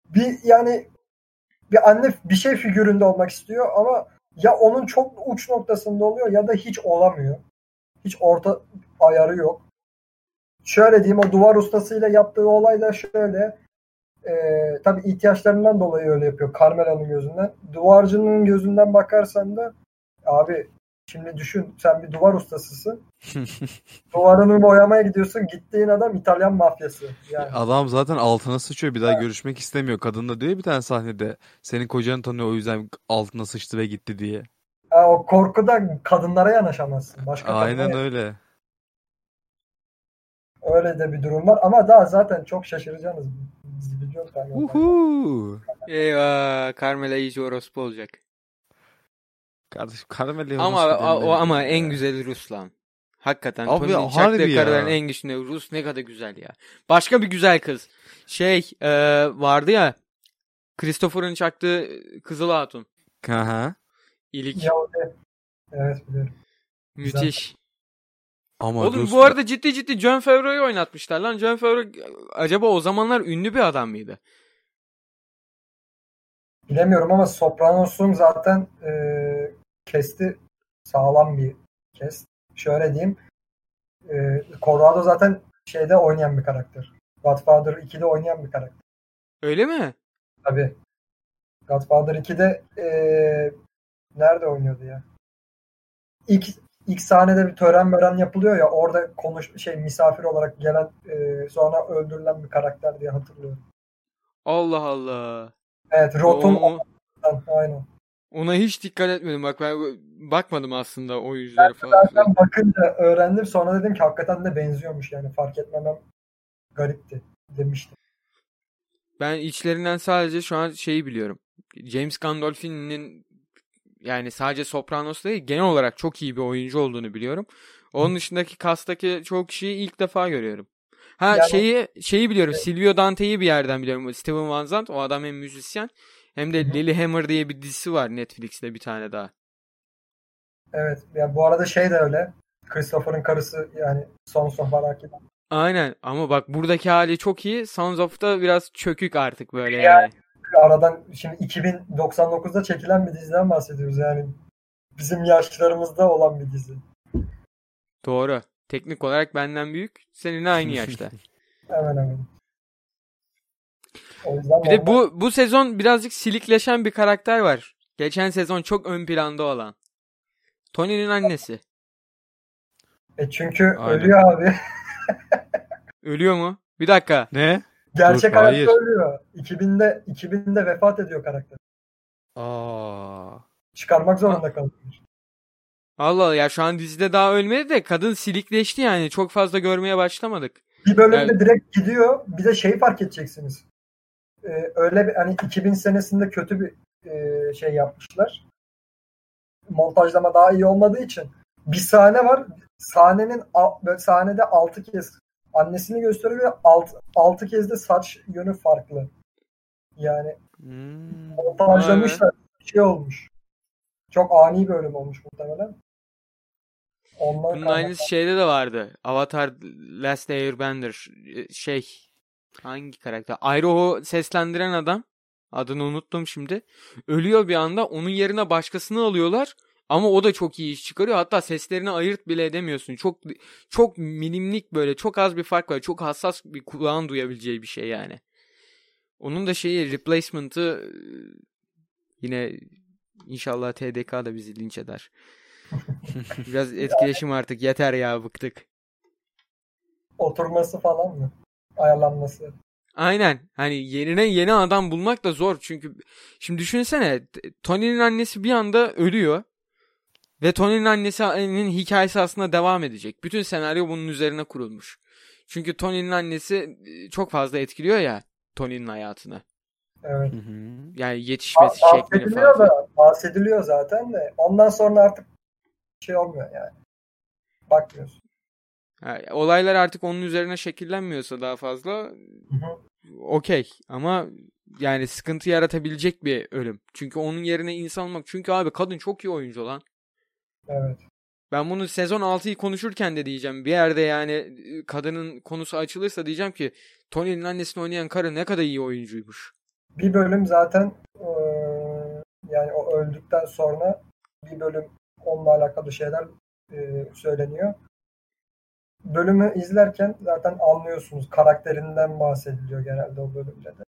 Bir anne bir şey figüründe olmak istiyor ama ya onun çok uç noktasında oluyor ya da hiç olamıyor. Hiç orta ayarı yok. Şöyle diyeyim, o duvar ustasıyla yaptığı olay da şöyle. Tabii ihtiyaçlarından dolayı öyle yapıyor Carmela'nın gözünden. Duvarcının gözünden bakarsan da abi şimdi düşün, sen bir duvar ustasısın. Duvarını boyamaya gidiyorsun. Gittiğin adam İtalyan mafyası. Yani. Adam zaten altına sıçıyor. Bir daha görüşmek istemiyor. Kadın da diyor bir tane sahnede. Senin kocanı tanıyor o yüzden altına sıçtı ve gitti diye. O korkudan kadınlara yanaşamazsın. Aynen öyle. Öyle de bir durum var. Ama daha zaten çok şaşıracaksınız. Biz biliyoruz. Eyvah. Carmela iyice orospu olacak. Kardeşim Carmela ama en güzeli Rus lan. Hakikaten Tony'nin çaktığı karıların en güçlü Rus, ne kadar güzel ya. Başka bir güzel kız. Vardı ya, Christopher'ın çaktığı Kızıl Hatun. Aha. İlik. Evet biliyorum. Müthiş. Güzel. Ama oğlum bu arada ciddi Jon Favreau'yu oynatmışlar lan. Jon Favreau acaba o zamanlar ünlü bir adam mıydı? Bilemiyorum ama Sopranos'un zaten kesti sağlam bir kest. Şöyle diyeyim. Corrado zaten şeyde oynayan bir karakter. Godfather 2'de oynayan bir karakter. Öyle mi? Tabii. Godfather 2'de nerede oynuyordu ya? ilk sahnede bir tören yapılıyor ya, orada misafir olarak gelen sonra öldürülen bir karakter diye hatırlıyorum. Allah Allah. Evet, Rot'un aynen. Ona hiç dikkat etmedim. Bak ben bakmadım aslında o yüzlere falan. Zaten bakınca öğrendim. Sonra dedim ki hakikaten de benziyormuş, yani fark etmemem garipti demiştim. Ben içlerinden sadece şu an şeyi biliyorum. James Gandolfini'nin yani sadece Sopranos değil genel olarak çok iyi bir oyuncu olduğunu biliyorum. Onun dışındaki kastaki çoğu kişiyi ilk defa görüyorum. Yani, şeyi biliyorum. Silvio Dante'yi bir yerden biliyorum. Steven Van Zandt, o adam hem müzisyen hem de Lilyhammer diye bir dizisi var Netflix'te, bir tane daha. Evet. Yani bu arada şey de öyle. Christopher'ın karısı, yani Sons of Anarchy'de. Aynen ama bak buradaki hali çok iyi. Sons of'ta biraz çökük artık böyle yani. Aradan şimdi 2099'da çekilen bir diziden bahsediyoruz yani. Bizim yaşlarımızda olan bir dizi. Doğru. Teknik olarak benden büyük. Seninle aynı yaşta. Hemen hemen. O yüzden bir de bu sezon birazcık silikleşen bir karakter var. Geçen sezon çok ön planda olan. Tony'nin annesi. Çünkü Aynen. ölüyor abi. Ölüyor mu? Bir dakika. Ne? Gerçek Dur, hayatta hayır. ölüyor. 2000'de vefat ediyor karakter. Çıkarmak zorunda kalıyor. Allah Allah, ya şu an dizide daha ölmedi de kadın silikleşti yani. Çok fazla görmeye başlamadık. Bir bölümde direkt gidiyor. Bir de fark edeceksiniz. Öyle bir hani 2000 senesinde kötü bir şey yapmışlar. Montajlama daha iyi olmadığı için bir sahne var. Sahnede 6 kez annesini gösteriyor. 6 kez de saç yönü farklı. Yani montajlamışlar. Bir olmuş. Çok ani bir bölüm olmuş muhtemelen. Bunun aynısı şeyde de vardı. Avatar Last Airbender. Hangi karakter? Iroh'u seslendiren adam. Adını unuttum şimdi. Ölüyor bir anda. Onun yerine başkasını alıyorlar. Ama o da çok iyi iş çıkarıyor. Hatta seslerini ayırt bile edemiyorsun. Çok çok minimlik, böyle çok az bir fark var. Çok hassas bir kulağın duyabileceği bir şey yani. Onun da replacement'ı yine inşallah TDK da bizi linç eder. Biraz etkileşim artık. Yeter ya, bıktık. Oturması falan mı? Ayarlanması. Aynen. Hani yerine yeni adam bulmak da zor. Çünkü şimdi düşünsene, Tony'nin annesi bir anda ölüyor. Ve Tony'nin annesinin hikayesi aslında devam edecek. Bütün senaryo bunun üzerine kurulmuş. Çünkü Tony'nin annesi çok fazla etkiliyor ya Tony'nin hayatını. Evet. Yani yetişmesi şeklini falan. Bahsediliyor zaten de. Ondan sonra artık olmuyor yani. Bakmıyorsun. Yani olaylar artık onun üzerine şekillenmiyorsa daha fazla okey. Ama yani sıkıntı yaratabilecek bir ölüm. Çünkü onun yerine insan olmak. Çünkü abi kadın çok iyi oyuncu lan. Evet. Ben bunu sezon 6'yı konuşurken de diyeceğim. Bir yerde yani kadının konusu açılırsa diyeceğim ki Tony'nin annesini oynayan karı ne kadar iyi oyuncuymuş. Bir bölüm zaten yani o öldükten sonra bir bölüm onunla alakalı şeyler söyleniyor. Bölümü izlerken zaten anlıyorsunuz. Karakterinden bahsediliyor genelde o bölümde de.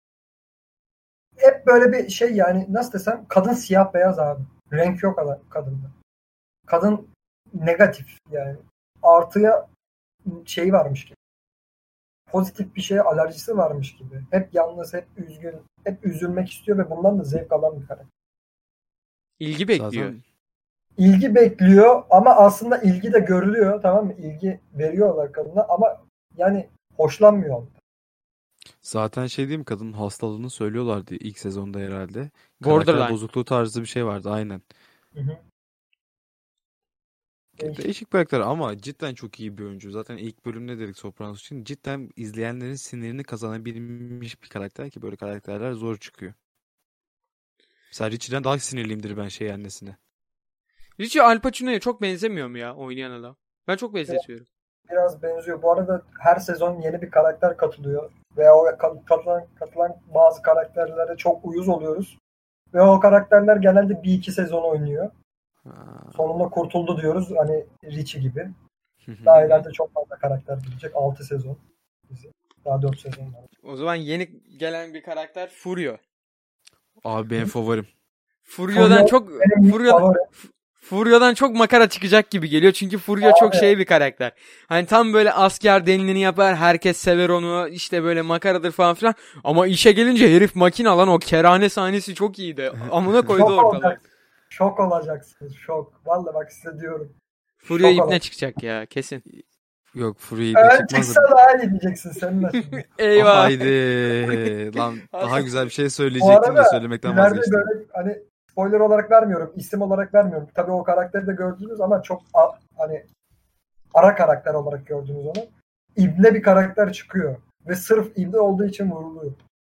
Hep böyle bir şey, yani nasıl desem, kadın siyah beyaz abi. Renk yok kadında. Kadın negatif yani. Artıya varmış gibi. Pozitif bir şeye alerjisi varmış gibi. Hep yalnız, hep üzgün, hep üzülmek istiyor ve bundan da zevk alan bir karakter. İlgi bekliyor. Zaten... İlgi bekliyor ama aslında ilgi de görülüyor, tamam mı? İlgi veriyorlar kadına ama yani hoşlanmıyor ondan. Zaten diyeyim, kadının hastalığını söylüyorlardı ilk sezonda herhalde. Borderline. Karakter bozukluğu tarzı bir şey vardı aynen. Hı. Değişik bir karakter ama cidden çok iyi bir oyuncu. Zaten ilk bölümde dedik Sopranos için. Cidden izleyenlerin sinirini kazanabilmiş bir karakter ki böyle karakterler zor çıkıyor. Mesela Richie'den daha sinirliyimdir ben annesine. Richie Al Pacino'ya çok benzemiyor mu ya oynayan adam? Ben çok benzetiyorum. Biraz benziyor. Bu arada her sezon yeni bir karakter katılıyor. Ve o katılan bazı karakterlere çok uyuz oluyoruz. Ve o karakterler genelde 1-2 sezon oynuyor. Sonunda kurtuldu diyoruz. Hani Richie gibi. Daha ileride çok fazla karakter gelecek. 6 sezon. Daha 4 sezon var. O zaman yeni gelen bir karakter Furio. Abi benim favorim. Furio'dan Furio'dan çok makara çıkacak gibi geliyor. Çünkü Furio çok şey bir karakter. Hani tam böyle asker denileni yapar. Herkes sever onu. İşte böyle makaradır falan filan. Ama işe gelince herif makina lan, o kerane sahnesi çok iyiydi. Amına koydu Şok ortalığı. olacaksınız. Şok olacaksınız. Şok. Vallahi bak size diyorum. Furio Şok ibne olacak. çıkacak ya kesin. Yok Furya'yı da Evet, çıkmaz. çıksa daha iyi diyeceksin seninle şimdi. Eyvah. Haydi. Lan daha güzel bir şey Bu söyleyecektim de arada söylemekten ileride vazgeçtim. böyle hani spoiler olarak vermiyorum, isim olarak vermiyorum. Tabii o karakteri de gördünüz ama çok hani ara karakter olarak gördünüz onu. İbne bir karakter çıkıyor. Ve sırf ibne olduğu için vuruluyor.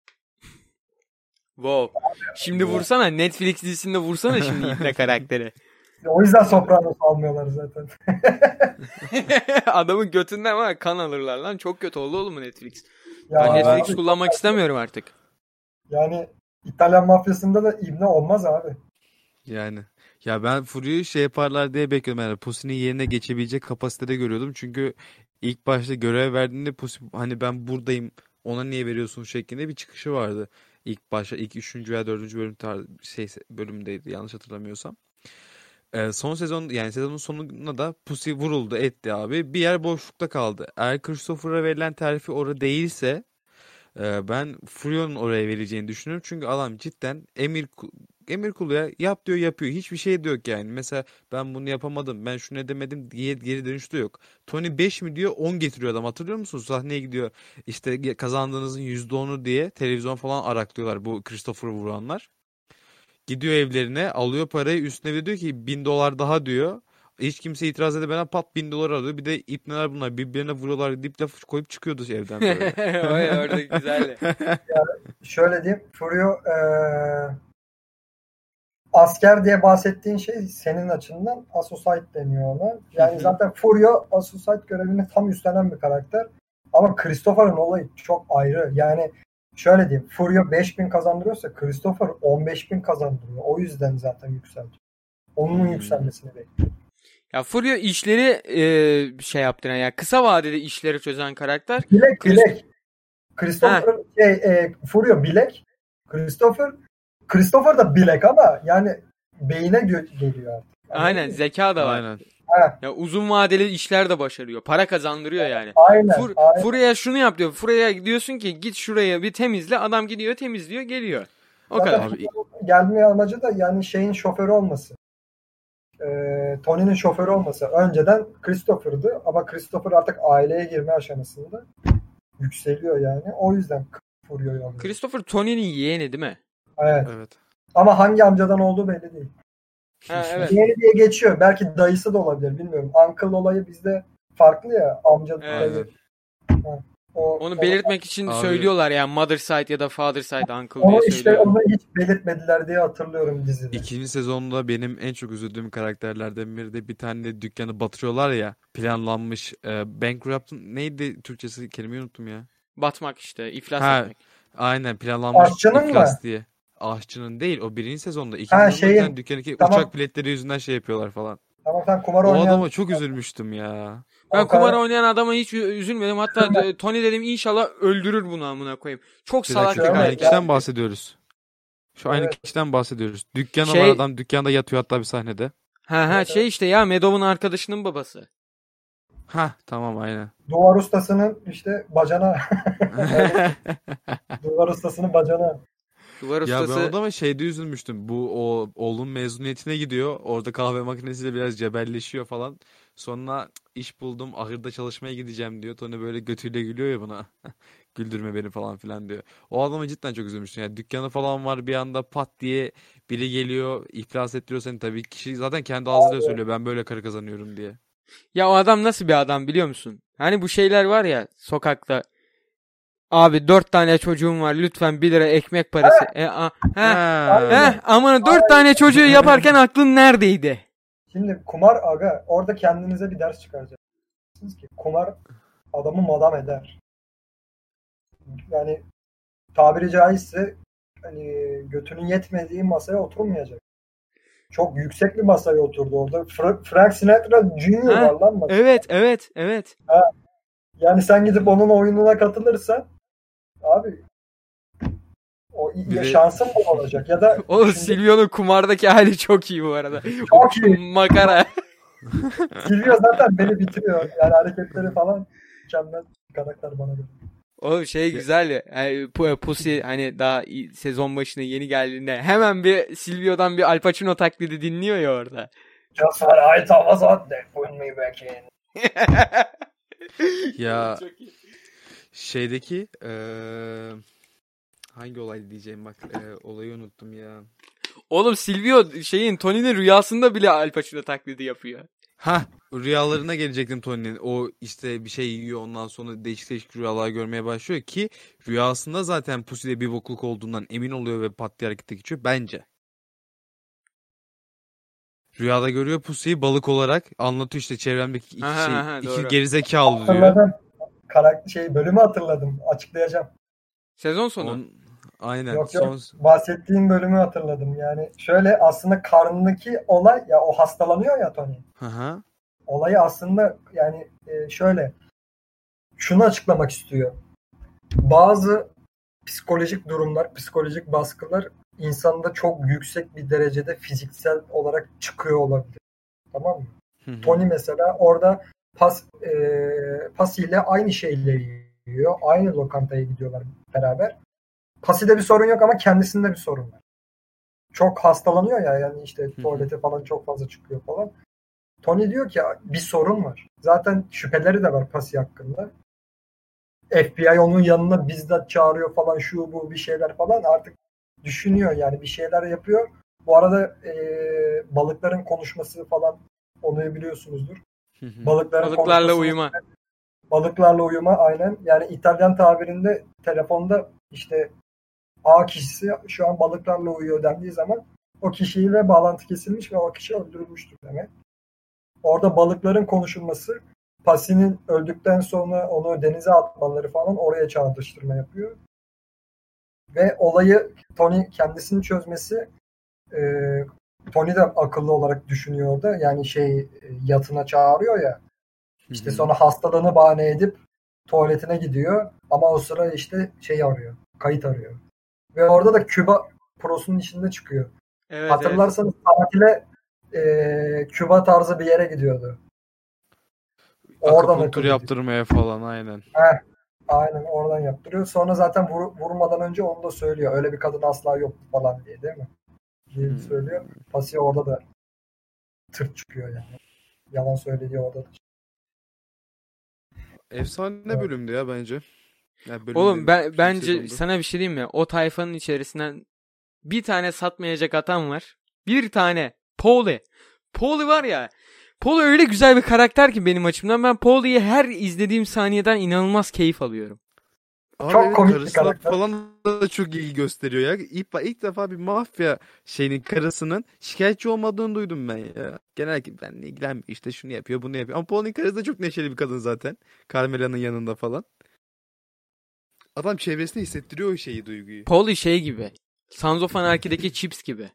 Wow. Şimdi vursana, Netflix dizisinde vursana şimdi ibne karakteri. O yüzden Sopranos almıyorlar zaten. Adamın götünden var kan alırlar lan. Çok kötü oldu oğlum bu Netflix. Ya Ben Netflix abi, kullanmak istemiyorum artık. yani İtalyan mafyasında da ibne olmaz abi. Yani. Ya ben Furya'yı şey yaparlar diye bekliyordum. Yani Pussy'nin yerine geçebilecek kapasitede görüyordum. Çünkü ilk başta görev verdiğinde Pussy hani ben buradayım ona niye veriyorsun şeklinde bir çıkışı vardı. İlk başta ilk 3. veya 4. bölümdeydi yanlış hatırlamıyorsam. Son sezon yani sezonun sonunda da Pussy vuruldu etti abi. Bir yer boşlukta kaldı. Eğer Christopher'a verilen terfi orada değilse ben Furio'nun oraya vereceğini düşünüyorum. Çünkü adam cidden emir kulu ya, yap diyor yapıyor. Hiçbir şey de yok yani. Mesela ben bunu yapamadım, ben şunu edemedim diye geri dönüşte yok. Tony 5 mi diyor 10 getiriyor adam, hatırlıyor musunuz? Sahneye gidiyor işte kazandığınızın %10'u diye televizyon falan araklıyorlar bu Christopher'ı vuranlar. Gidiyor evlerine alıyor parayı, üstüne de diyor ki $1000 daha diyor. Hiç kimse itiraz edemeden pat $1000 alıyor. Bir de ipneler bunlar birbirine vuruyorlar deyip laf koyup çıkıyordu evden böyle. Vay, orada güzeldi. Şöyle diyeyim, Furio asker diye bahsettiğin şey senin açından Associate deniyor ona. Yani zaten Furio Associate görevini tam üstlenen bir karakter. Ama Christopher'ın olayı çok ayrı. Yani şöyle diyeyim, Furio 5000 kazandırıyorsa Christopher 15.000 kazandırıyor. O yüzden zaten yükseldi. Onun yükselmesini bekliyor. Ya Furio işleri şey yaptıran, yani kısa vadede işleri çözen karakter. Bilek. Christopher Furio bilek. Christopher da bilek ama yani beyine geliyor artık. Aynen, zeka da var. Aynen. Ya uzun vadeli işler de başarıyor. Para kazandırıyor yani. Aynen. Furio'ya şunu yap diyor. Furio'ya diyorsun ki git şuraya bir temizle. Adam gidiyor temizliyor geliyor. O Zaten kadar. Abi, gelme amacı da yani şeyin şoförü olması. Tony'nin şoförü olması. Önceden Christopher'dı ama Christopher artık aileye girme aşamasında yükseliyor yani. O yüzden Furio'yu alıyor. Christopher Tony'nin yeğeni değil mi? Evet. evet. Ama hangi amcadan olduğu belli değil. Ha, evet. Yeğeni diye geçiyor. Belki dayısı da olabilir, bilmiyorum. Uncle olayı bizde farklı ya. Amca Evet. dayı. Onu belirtmek için Abi. söylüyorlar yani, mother side ya da father side uncle Onu diye işte söylüyorlar. onu hiç belirtmediler diye hatırlıyorum dizide. İkinci sezonda benim en çok üzüldüğüm karakterlerden biri de bir tane de dükkanı batırıyorlar ya, planlanmış bankrupt neydi Türkçesi, kelimeyi unuttum ya. Batmak işte, iflas Ha, etmek. aynen planlanmış Aşçının iflas mı? diye. Aşçının değil, o birinci sezonda. İkinci sezonda şeyin, bir tane dükkandaki tamam. uçak biletleri yüzünden şey yapıyorlar falan. Tamam, sen kumar O oynayan. adama çok üzülmüştüm ya. Ben O kadar- kumar oynayan adama hiç üzülmedim. Hatta Tony dedim inşallah öldürür bunu, amına koyayım. Çok Bir salak dakika, bir Evet, aynı karakter. kişiden bahsediyoruz. Şu aynı Evet. kişiden bahsediyoruz. Dükkanı Şey- var, adam dükkanda yatıyor hatta bir sahnede. Ha şey işte ya, Medov'un arkadaşının babası. Ha tamam aynen. Duvar ustasının işte bacana. Duvar ustasının bacana. Duvar Ya ben ustası. orada ama şeyde üzülmüştüm. Bu o oğlun mezuniyetine gidiyor. Orada kahve makinesiyle biraz cebelleşiyor falan. Sonra iş buldum, ahırda çalışmaya gideceğim diyor. Tony böyle götüyle gülüyor ya buna. Güldürme beni falan filan diyor. O adamı cidden çok üzülmüştüm. Yani dükkanı falan var, bir anda pat diye biri geliyor, iflas ettiriyor seni tabii. Kişi zaten kendi ağzıyla söylüyor ben böyle para kazanıyorum diye. Ya o adam nasıl bir adam biliyor musun? Hani bu şeyler var ya sokakta. Abi 4 tane çocuğum var, lütfen 1 lira ekmek parası. Aman 4 tane çocuğu yaparken aklın neredeydi? Şimdi kumar aga, orada kendinize bir ders çıkaracaksınız ki kumar adamı madam eder. Yani tabiri caizse hani götünün yetmediği masaya oturmayacak. Çok yüksek bir masaya oturdu orada. Frank Sinatra Jr. Ha, var lan masada. Evet. Yani sen gidip onun oyununa katılırsan abi O Bir de şansım bu olacak. Ya da Oğlum şimdi Silvio'nun kumardaki hali çok iyi bu arada. O çok iyi. makara. Silvio zaten beni bitiriyor. Yani hareketleri falan mükemmel bir karakter bana göre. Oğlum şey güzel ya. Yani Pussy hani daha sezon başına yeni geldiğinde hemen bir Silvio'dan bir Al Pacino taklidi dinliyor ya orada. Just what I thought was hot, they put me back in. ya Çok iyi. şeydeki hangi olay diyeceğim bak olayı unuttum ya. Oğlum Silvio Tony'nin rüyasında bile Al Pacino taklidi yapıyor. Ha, rüyalarına gelecektim Tony'nin. O işte bir şey yiyor, ondan sonra değişik değişik rüyalar görmeye başlıyor ki rüyasında zaten Pussy'de bir bokluk olduğundan emin oluyor ve pat diye harekete geçiyor bence. Rüyada görüyor Pussy'yi balık olarak, anlatıyor işte çevremdeki iki iki Doğru. gerizekalı diyor. Hatırladım. Bölümü hatırladım. Açıklayacağım. Sezon sonu. Aynen. Yok. Bahsettiğim bölümü hatırladım. Yani şöyle aslında karnındaki olay ya o hastalanıyor ya Tony. Hı. Olayı aslında yani şöyle şunu açıklamak istiyor. Bazı psikolojik durumlar, psikolojik baskılar insanda çok yüksek bir derecede fiziksel olarak çıkıyor olabilir. Tamam mı? Hı. Tony mesela orada Pasi ile aynı şeyleri yiyor. Aynı lokantaya gidiyorlar beraber. Pasi'de bir sorun yok ama kendisinde bir sorun var. Çok hastalanıyor ya yani işte tuvalete falan çok fazla çıkıyor falan. Tony diyor ki bir sorun var. Zaten şüpheleri de var Pasi hakkında. FBI onun yanına bizzat çağırıyor falan şu bu bir şeyler falan artık düşünüyor yani bir şeyler yapıyor. Bu arada balıkların konuşması falan onu biliyorsunuzdur. Balıklarla uyuma. Balıklarla uyuma aynen. Yani İtalyan tabirinde telefonda işte A kişisi şu an balıklarla uyuyor dendiği zaman o kişiyle bağlantı kesilmiş ve o kişi öldürülmüştür demek. Orada balıkların konuşulması Pasi'nin öldükten sonra onu denize atmaları falan oraya çağrıştırma yapıyor. Ve olayı Tony kendisini çözmesi Tony de akıllı olarak düşünüyor orada. Yani yatına çağırıyor ya. İşte sonra hastalığını bahane edip tuvaletine gidiyor. Ama o sıra işte arıyor. Kayıt arıyor. Ve orada da Küba Pro'sunun içinde çıkıyor. Evet, hatırlarsanız tatile Küba tarzı bir yere gidiyordu. Akupunktur yaptırmaya falan aynen. Aynen oradan yaptırıyor. Sonra zaten vurmadan önce onu da söylüyor. Öyle bir kadın asla yok falan diye değil mi? Diye söylüyor. Pasi orada da tırt çıkıyor yani. Yalan söylediği orada da. Efsane bölümdü ya bence. Yani oğlum bence sana bir şey diyeyim mi? O tayfanın içerisinden bir tane satmayacak adam var. Bir tane. Paulie. Paulie var ya. Paulie öyle güzel bir karakter ki benim açımdan. Ben Paulie'yi her izlediğim saniyeden inanılmaz keyif alıyorum. Abi çok komik bir karısına karakter. falan da çok ilgi gösteriyor ya. İlk defa bir mafya karısının şikayetçi olmadığını duydum ben ya. Genellikle benimle ilgilenmiyor. İşte şunu yapıyor, bunu yapıyor. Ama Paul'un karısı da çok neşeli bir kadın zaten. Carmela'nın yanında falan. Adam çevresinde hissettiriyor o duyguyu. Paulie gibi. Sons of Anarchy'deki Chips gibi.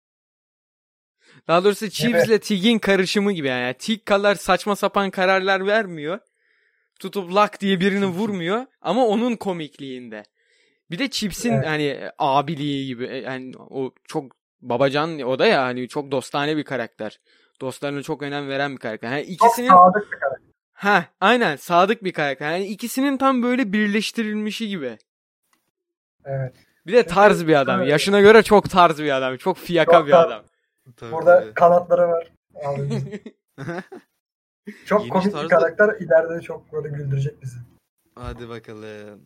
Daha doğrusu Chips ile Tig'in karışımı gibi yani. Tig kadar saçma sapan kararlar vermiyor. Tutup lak diye birini vurmuyor ama onun komikliğinde. Bir de Chips'in hani abiliği gibi yani o çok babacan o da ya hani çok dostane bir karakter. Dostlarına çok önem veren bir karakter. Yani ikisinin çok sadık bir karakter. Aynen sadık bir karakter. Yani ikisinin tam böyle birleştirilmişi gibi. Evet. Bir de tarz bir adam. Yaşına göre çok tarz bir adam. Çok fiyaka bir adam. Burada kanatları var. Çok komik bir karakter. İleride çok böyle güldürecek bizi. Hadi bakalım.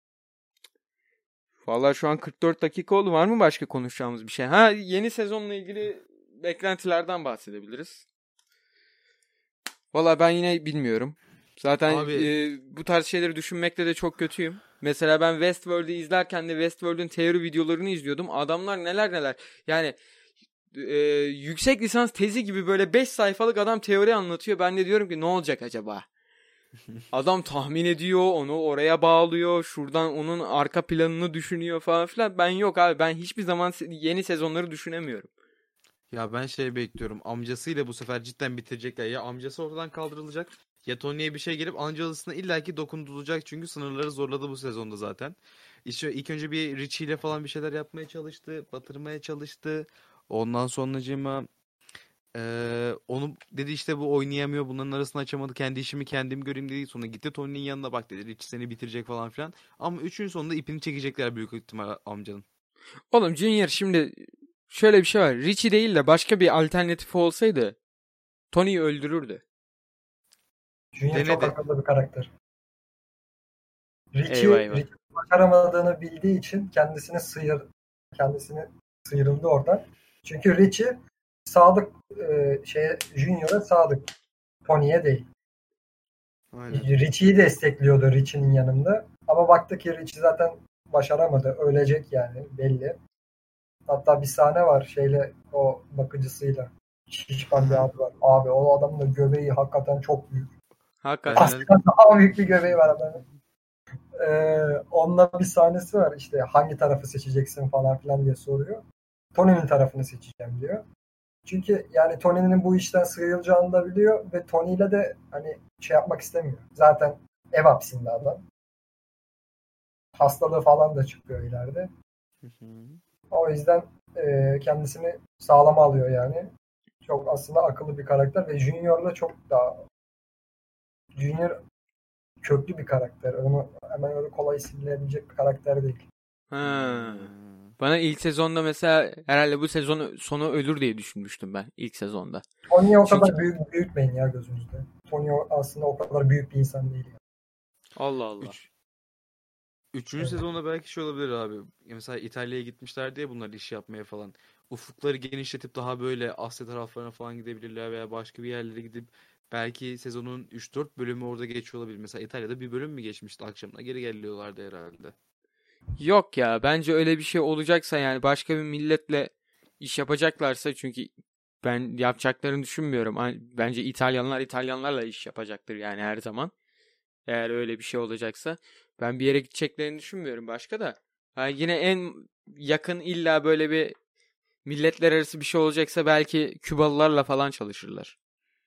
Vallahi şu an 44 dakika oldu. Var mı başka konuşacağımız bir şey? Yeni sezonla ilgili beklentilerden bahsedebiliriz. Vallahi ben yine bilmiyorum. Zaten bu tarz şeyleri düşünmekte de çok kötüyüm. Mesela ben Westworld'u izlerken de Westworld'un teori videolarını izliyordum. Adamlar neler. Yani yüksek lisans tezi gibi böyle 5 sayfalık adam teori anlatıyor. Ben de diyorum ki ne olacak acaba? Adam tahmin ediyor, onu oraya bağlıyor, şuradan onun arka planını düşünüyor falan filan. Ben yok abi, ben hiçbir zaman yeni sezonları düşünemiyorum. Ya ben bekliyorum. Amcasıyla bu sefer cidden bitirecekler. Ya amcası ortadan kaldırılacak Ya Tony'ye bir şey gelip Angelus'una illaki dokundurulacak çünkü sınırları zorladı bu sezonda zaten. İşte ilk önce bir Richie ile falan bir şeyler yapmaya çalıştı, batırmaya çalıştı. Ondan sonracığıma onu dedi işte bu oynayamıyor, bunların arasını açamadı, kendi işimi kendim göreyim dedi. Sonra gitti Tony'nin yanına, bak dedi Richie seni bitirecek falan filan. Ama üçün sonunda ipini çekecekler büyük ihtimal amcanın. Oğlum Junior şimdi şöyle bir şey var. Richie değil de başka bir alternatifi olsaydı Tony'yi öldürürdü. Junior çok Denedi. akıllı bir karakter. Eyvah. Richie başaramadığını bildiği için kendisini sıyrıldı oradan. Çünkü Richie sadık Junior'a sadık. Tony'ye değil. Aynen. Richie'yi destekliyordu Richie'nin yanında. Ama baktı ki Richie zaten başaramadı. Ölecek yani belli. Hatta bir sahne var o bakıcısıyla. Şişman bir abi var. Abi o adamın da göbeği hakikaten çok büyük. Hakikaten. Aslında daha büyük bir göbeği var adamın. Onunla bir sahnesi var. İşte hangi tarafı seçeceksin falan filan diye soruyor. Tony'nin tarafını seçeceğim diyor. Çünkü yani Tony'nin bu işten sıyrılacağını da biliyor ve Tony ile de hani yapmak istemiyor. Zaten ev hapsinde adam. Hastalığı falan da çıkıyor ileride. O yüzden kendisini sağlama alıyor yani. Çok aslında akıllı bir karakter ve Junior'la çok daha Junior köklü bir karakter. Onu hemen öyle kolay sinirlenebilecek bir karakter değil. Bana ilk sezonda mesela herhalde bu sezon sonu ölür diye düşünmüştüm ben ilk sezonda. Tony'yi o kadar büyütmeyin ya gözünüzde. Tony aslında o kadar büyük bir insan değil. Yani. Allah Allah. Üçüncü sezonda belki şey olabilir abi. Mesela İtalya'ya gitmişler diye bunlar iş yapmaya falan. Ufukları genişletip daha böyle Asya taraflarına falan gidebilirler veya başka bir yerlere gidip belki sezonun 3-4 bölümü orada geçiyor olabilir. Mesela İtalya'da bir bölüm mü geçmişti, akşamına geri geliyorlardı herhalde. Yok ya, bence öyle bir şey olacaksa yani başka bir milletle iş yapacaklarsa, çünkü ben yapacaklarını düşünmüyorum. Bence İtalyanlarla iş yapacaktır yani her zaman. Eğer öyle bir şey olacaksa ben bir yere gideceklerini düşünmüyorum başka da. Yani yine en yakın illa böyle bir milletler arası bir şey olacaksa belki Kübalılarla falan çalışırlar.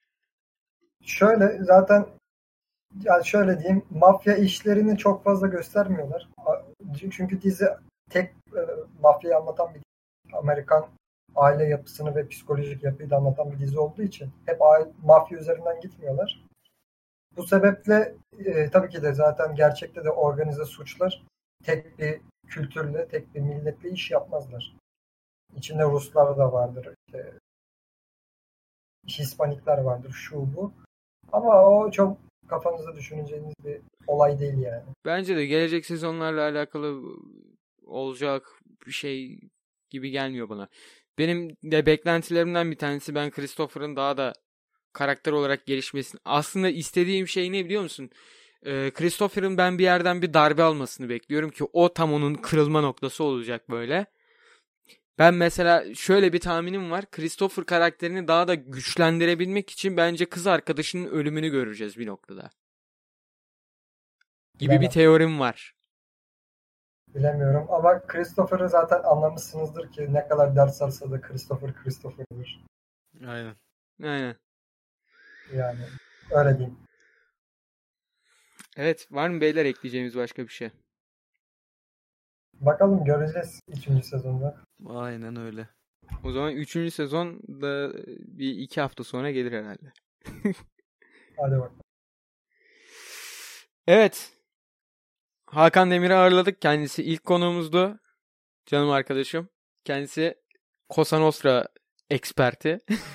Şöyle zaten yani şöyle diyeyim, mafya işlerini çok fazla göstermiyorlar. Çünkü dizi tek mafyayı anlatan bir Amerikan aile yapısını ve psikolojik yapıyı da anlatan bir dizi olduğu için hep mafya üzerinden gitmiyorlar. Bu sebeple tabii ki de zaten gerçekte de organize suçlar tek bir kültürle, tek bir milletle iş yapmazlar. İçinde Ruslar da vardır, Hispanikler vardır, şu bu. Ama o çok kafanızda düşüneceğiniz bir olay değil yani. Bence de gelecek sezonlarla alakalı olacak bir şey gibi gelmiyor bana. Benim de beklentilerimden bir tanesi, ben Christopher'ın daha da karakter olarak gelişmesini. Aslında istediğim şey ne biliyor musun? Christopher'ın ben bir yerden bir darbe almasını bekliyorum ki o tam onun kırılma noktası olacak böyle. Ben mesela şöyle bir tahminim var. Christopher karakterini daha da güçlendirebilmek için bence kız arkadaşının ölümünü göreceğiz bir noktada. Gibi bir teorim var. Bilemiyorum ama Christopher'ı zaten anlamışsınızdır ki ne kadar ders alsa da Christopher'dır. Aynen. Yani öyle diyeyim. Evet, var mı beyler ekleyeceğimiz başka bir şey? Bakalım, göreceğiz 3. sezonda. Aynen öyle. O zaman 3. sezon da bir 2 hafta sonra gelir herhalde. Hadi bakalım. Evet. Hakan Demir'i ağırladık. Kendisi ilk konuğumuzdu. Canım arkadaşım. Kendisi Cosa Nostra eksperti.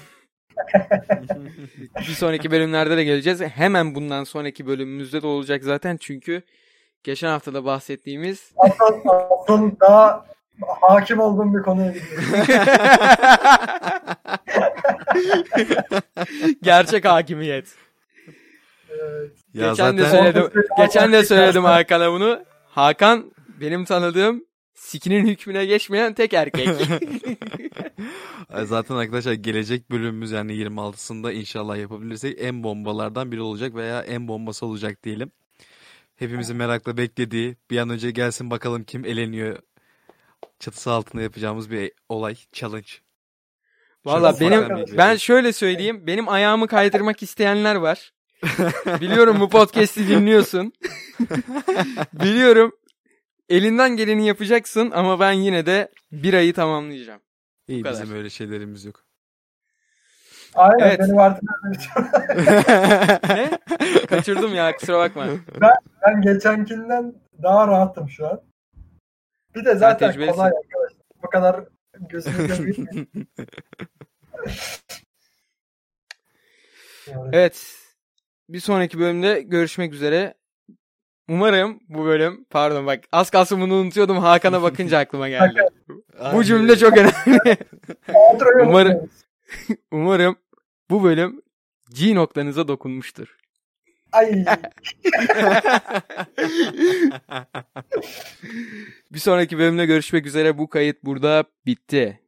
Bir sonraki bölümlerde de geleceğiz. Hemen bundan sonraki bölümümüzde de olacak zaten. Çünkü geçen hafta da bahsettiğimiz... Asıl daha hakim olduğum bir konuya gidiyoruz. Gerçek hakimiyet. Ya geçen de söyledim Hakan'a bunu. Hakan benim tanıdığım sikinin hükmüne geçmeyen tek erkek. Zaten arkadaşlar gelecek bölümümüz yani 26'sında inşallah yapabilirsek en bombalardan biri olacak veya en bombası olacak diyelim. Hepimizin merakla beklediği, bir an önce gelsin bakalım kim eleniyor çatısı altında yapacağımız bir olay, challenge. Valla ben şöyle söyleyeyim, benim ayağımı kaydırmak isteyenler var. Biliyorum bu podcast'i dinliyorsun. Biliyorum elinden geleni yapacaksın ama ben yine de bir ayı tamamlayacağım. İyi kadar. bizim öyle şeylerimiz yok. Aynen Evet. benim artık öyle bir şey. Ne? Kaçırdım ya, kusura bakma. Ben geçenkinden daha rahatım şu an. Bir de zaten tecrübelisin. kolay arkadaşlar. Bu kadar gözünüzde büyütmeyin. Yani Evet. Bir sonraki bölümde görüşmek üzere. Umarım bu bölüm, pardon bak az kalsın bunu unutuyordum, Hakan'a bakınca aklıma geldi. Bu cümle çok önemli. outro'yu Umarım- unutmayınız. Umarım bu bölüm G noktanıza dokunmuştur. Ay. Bir sonraki bölümde görüşmek üzere. Bu kayıt burada bitti.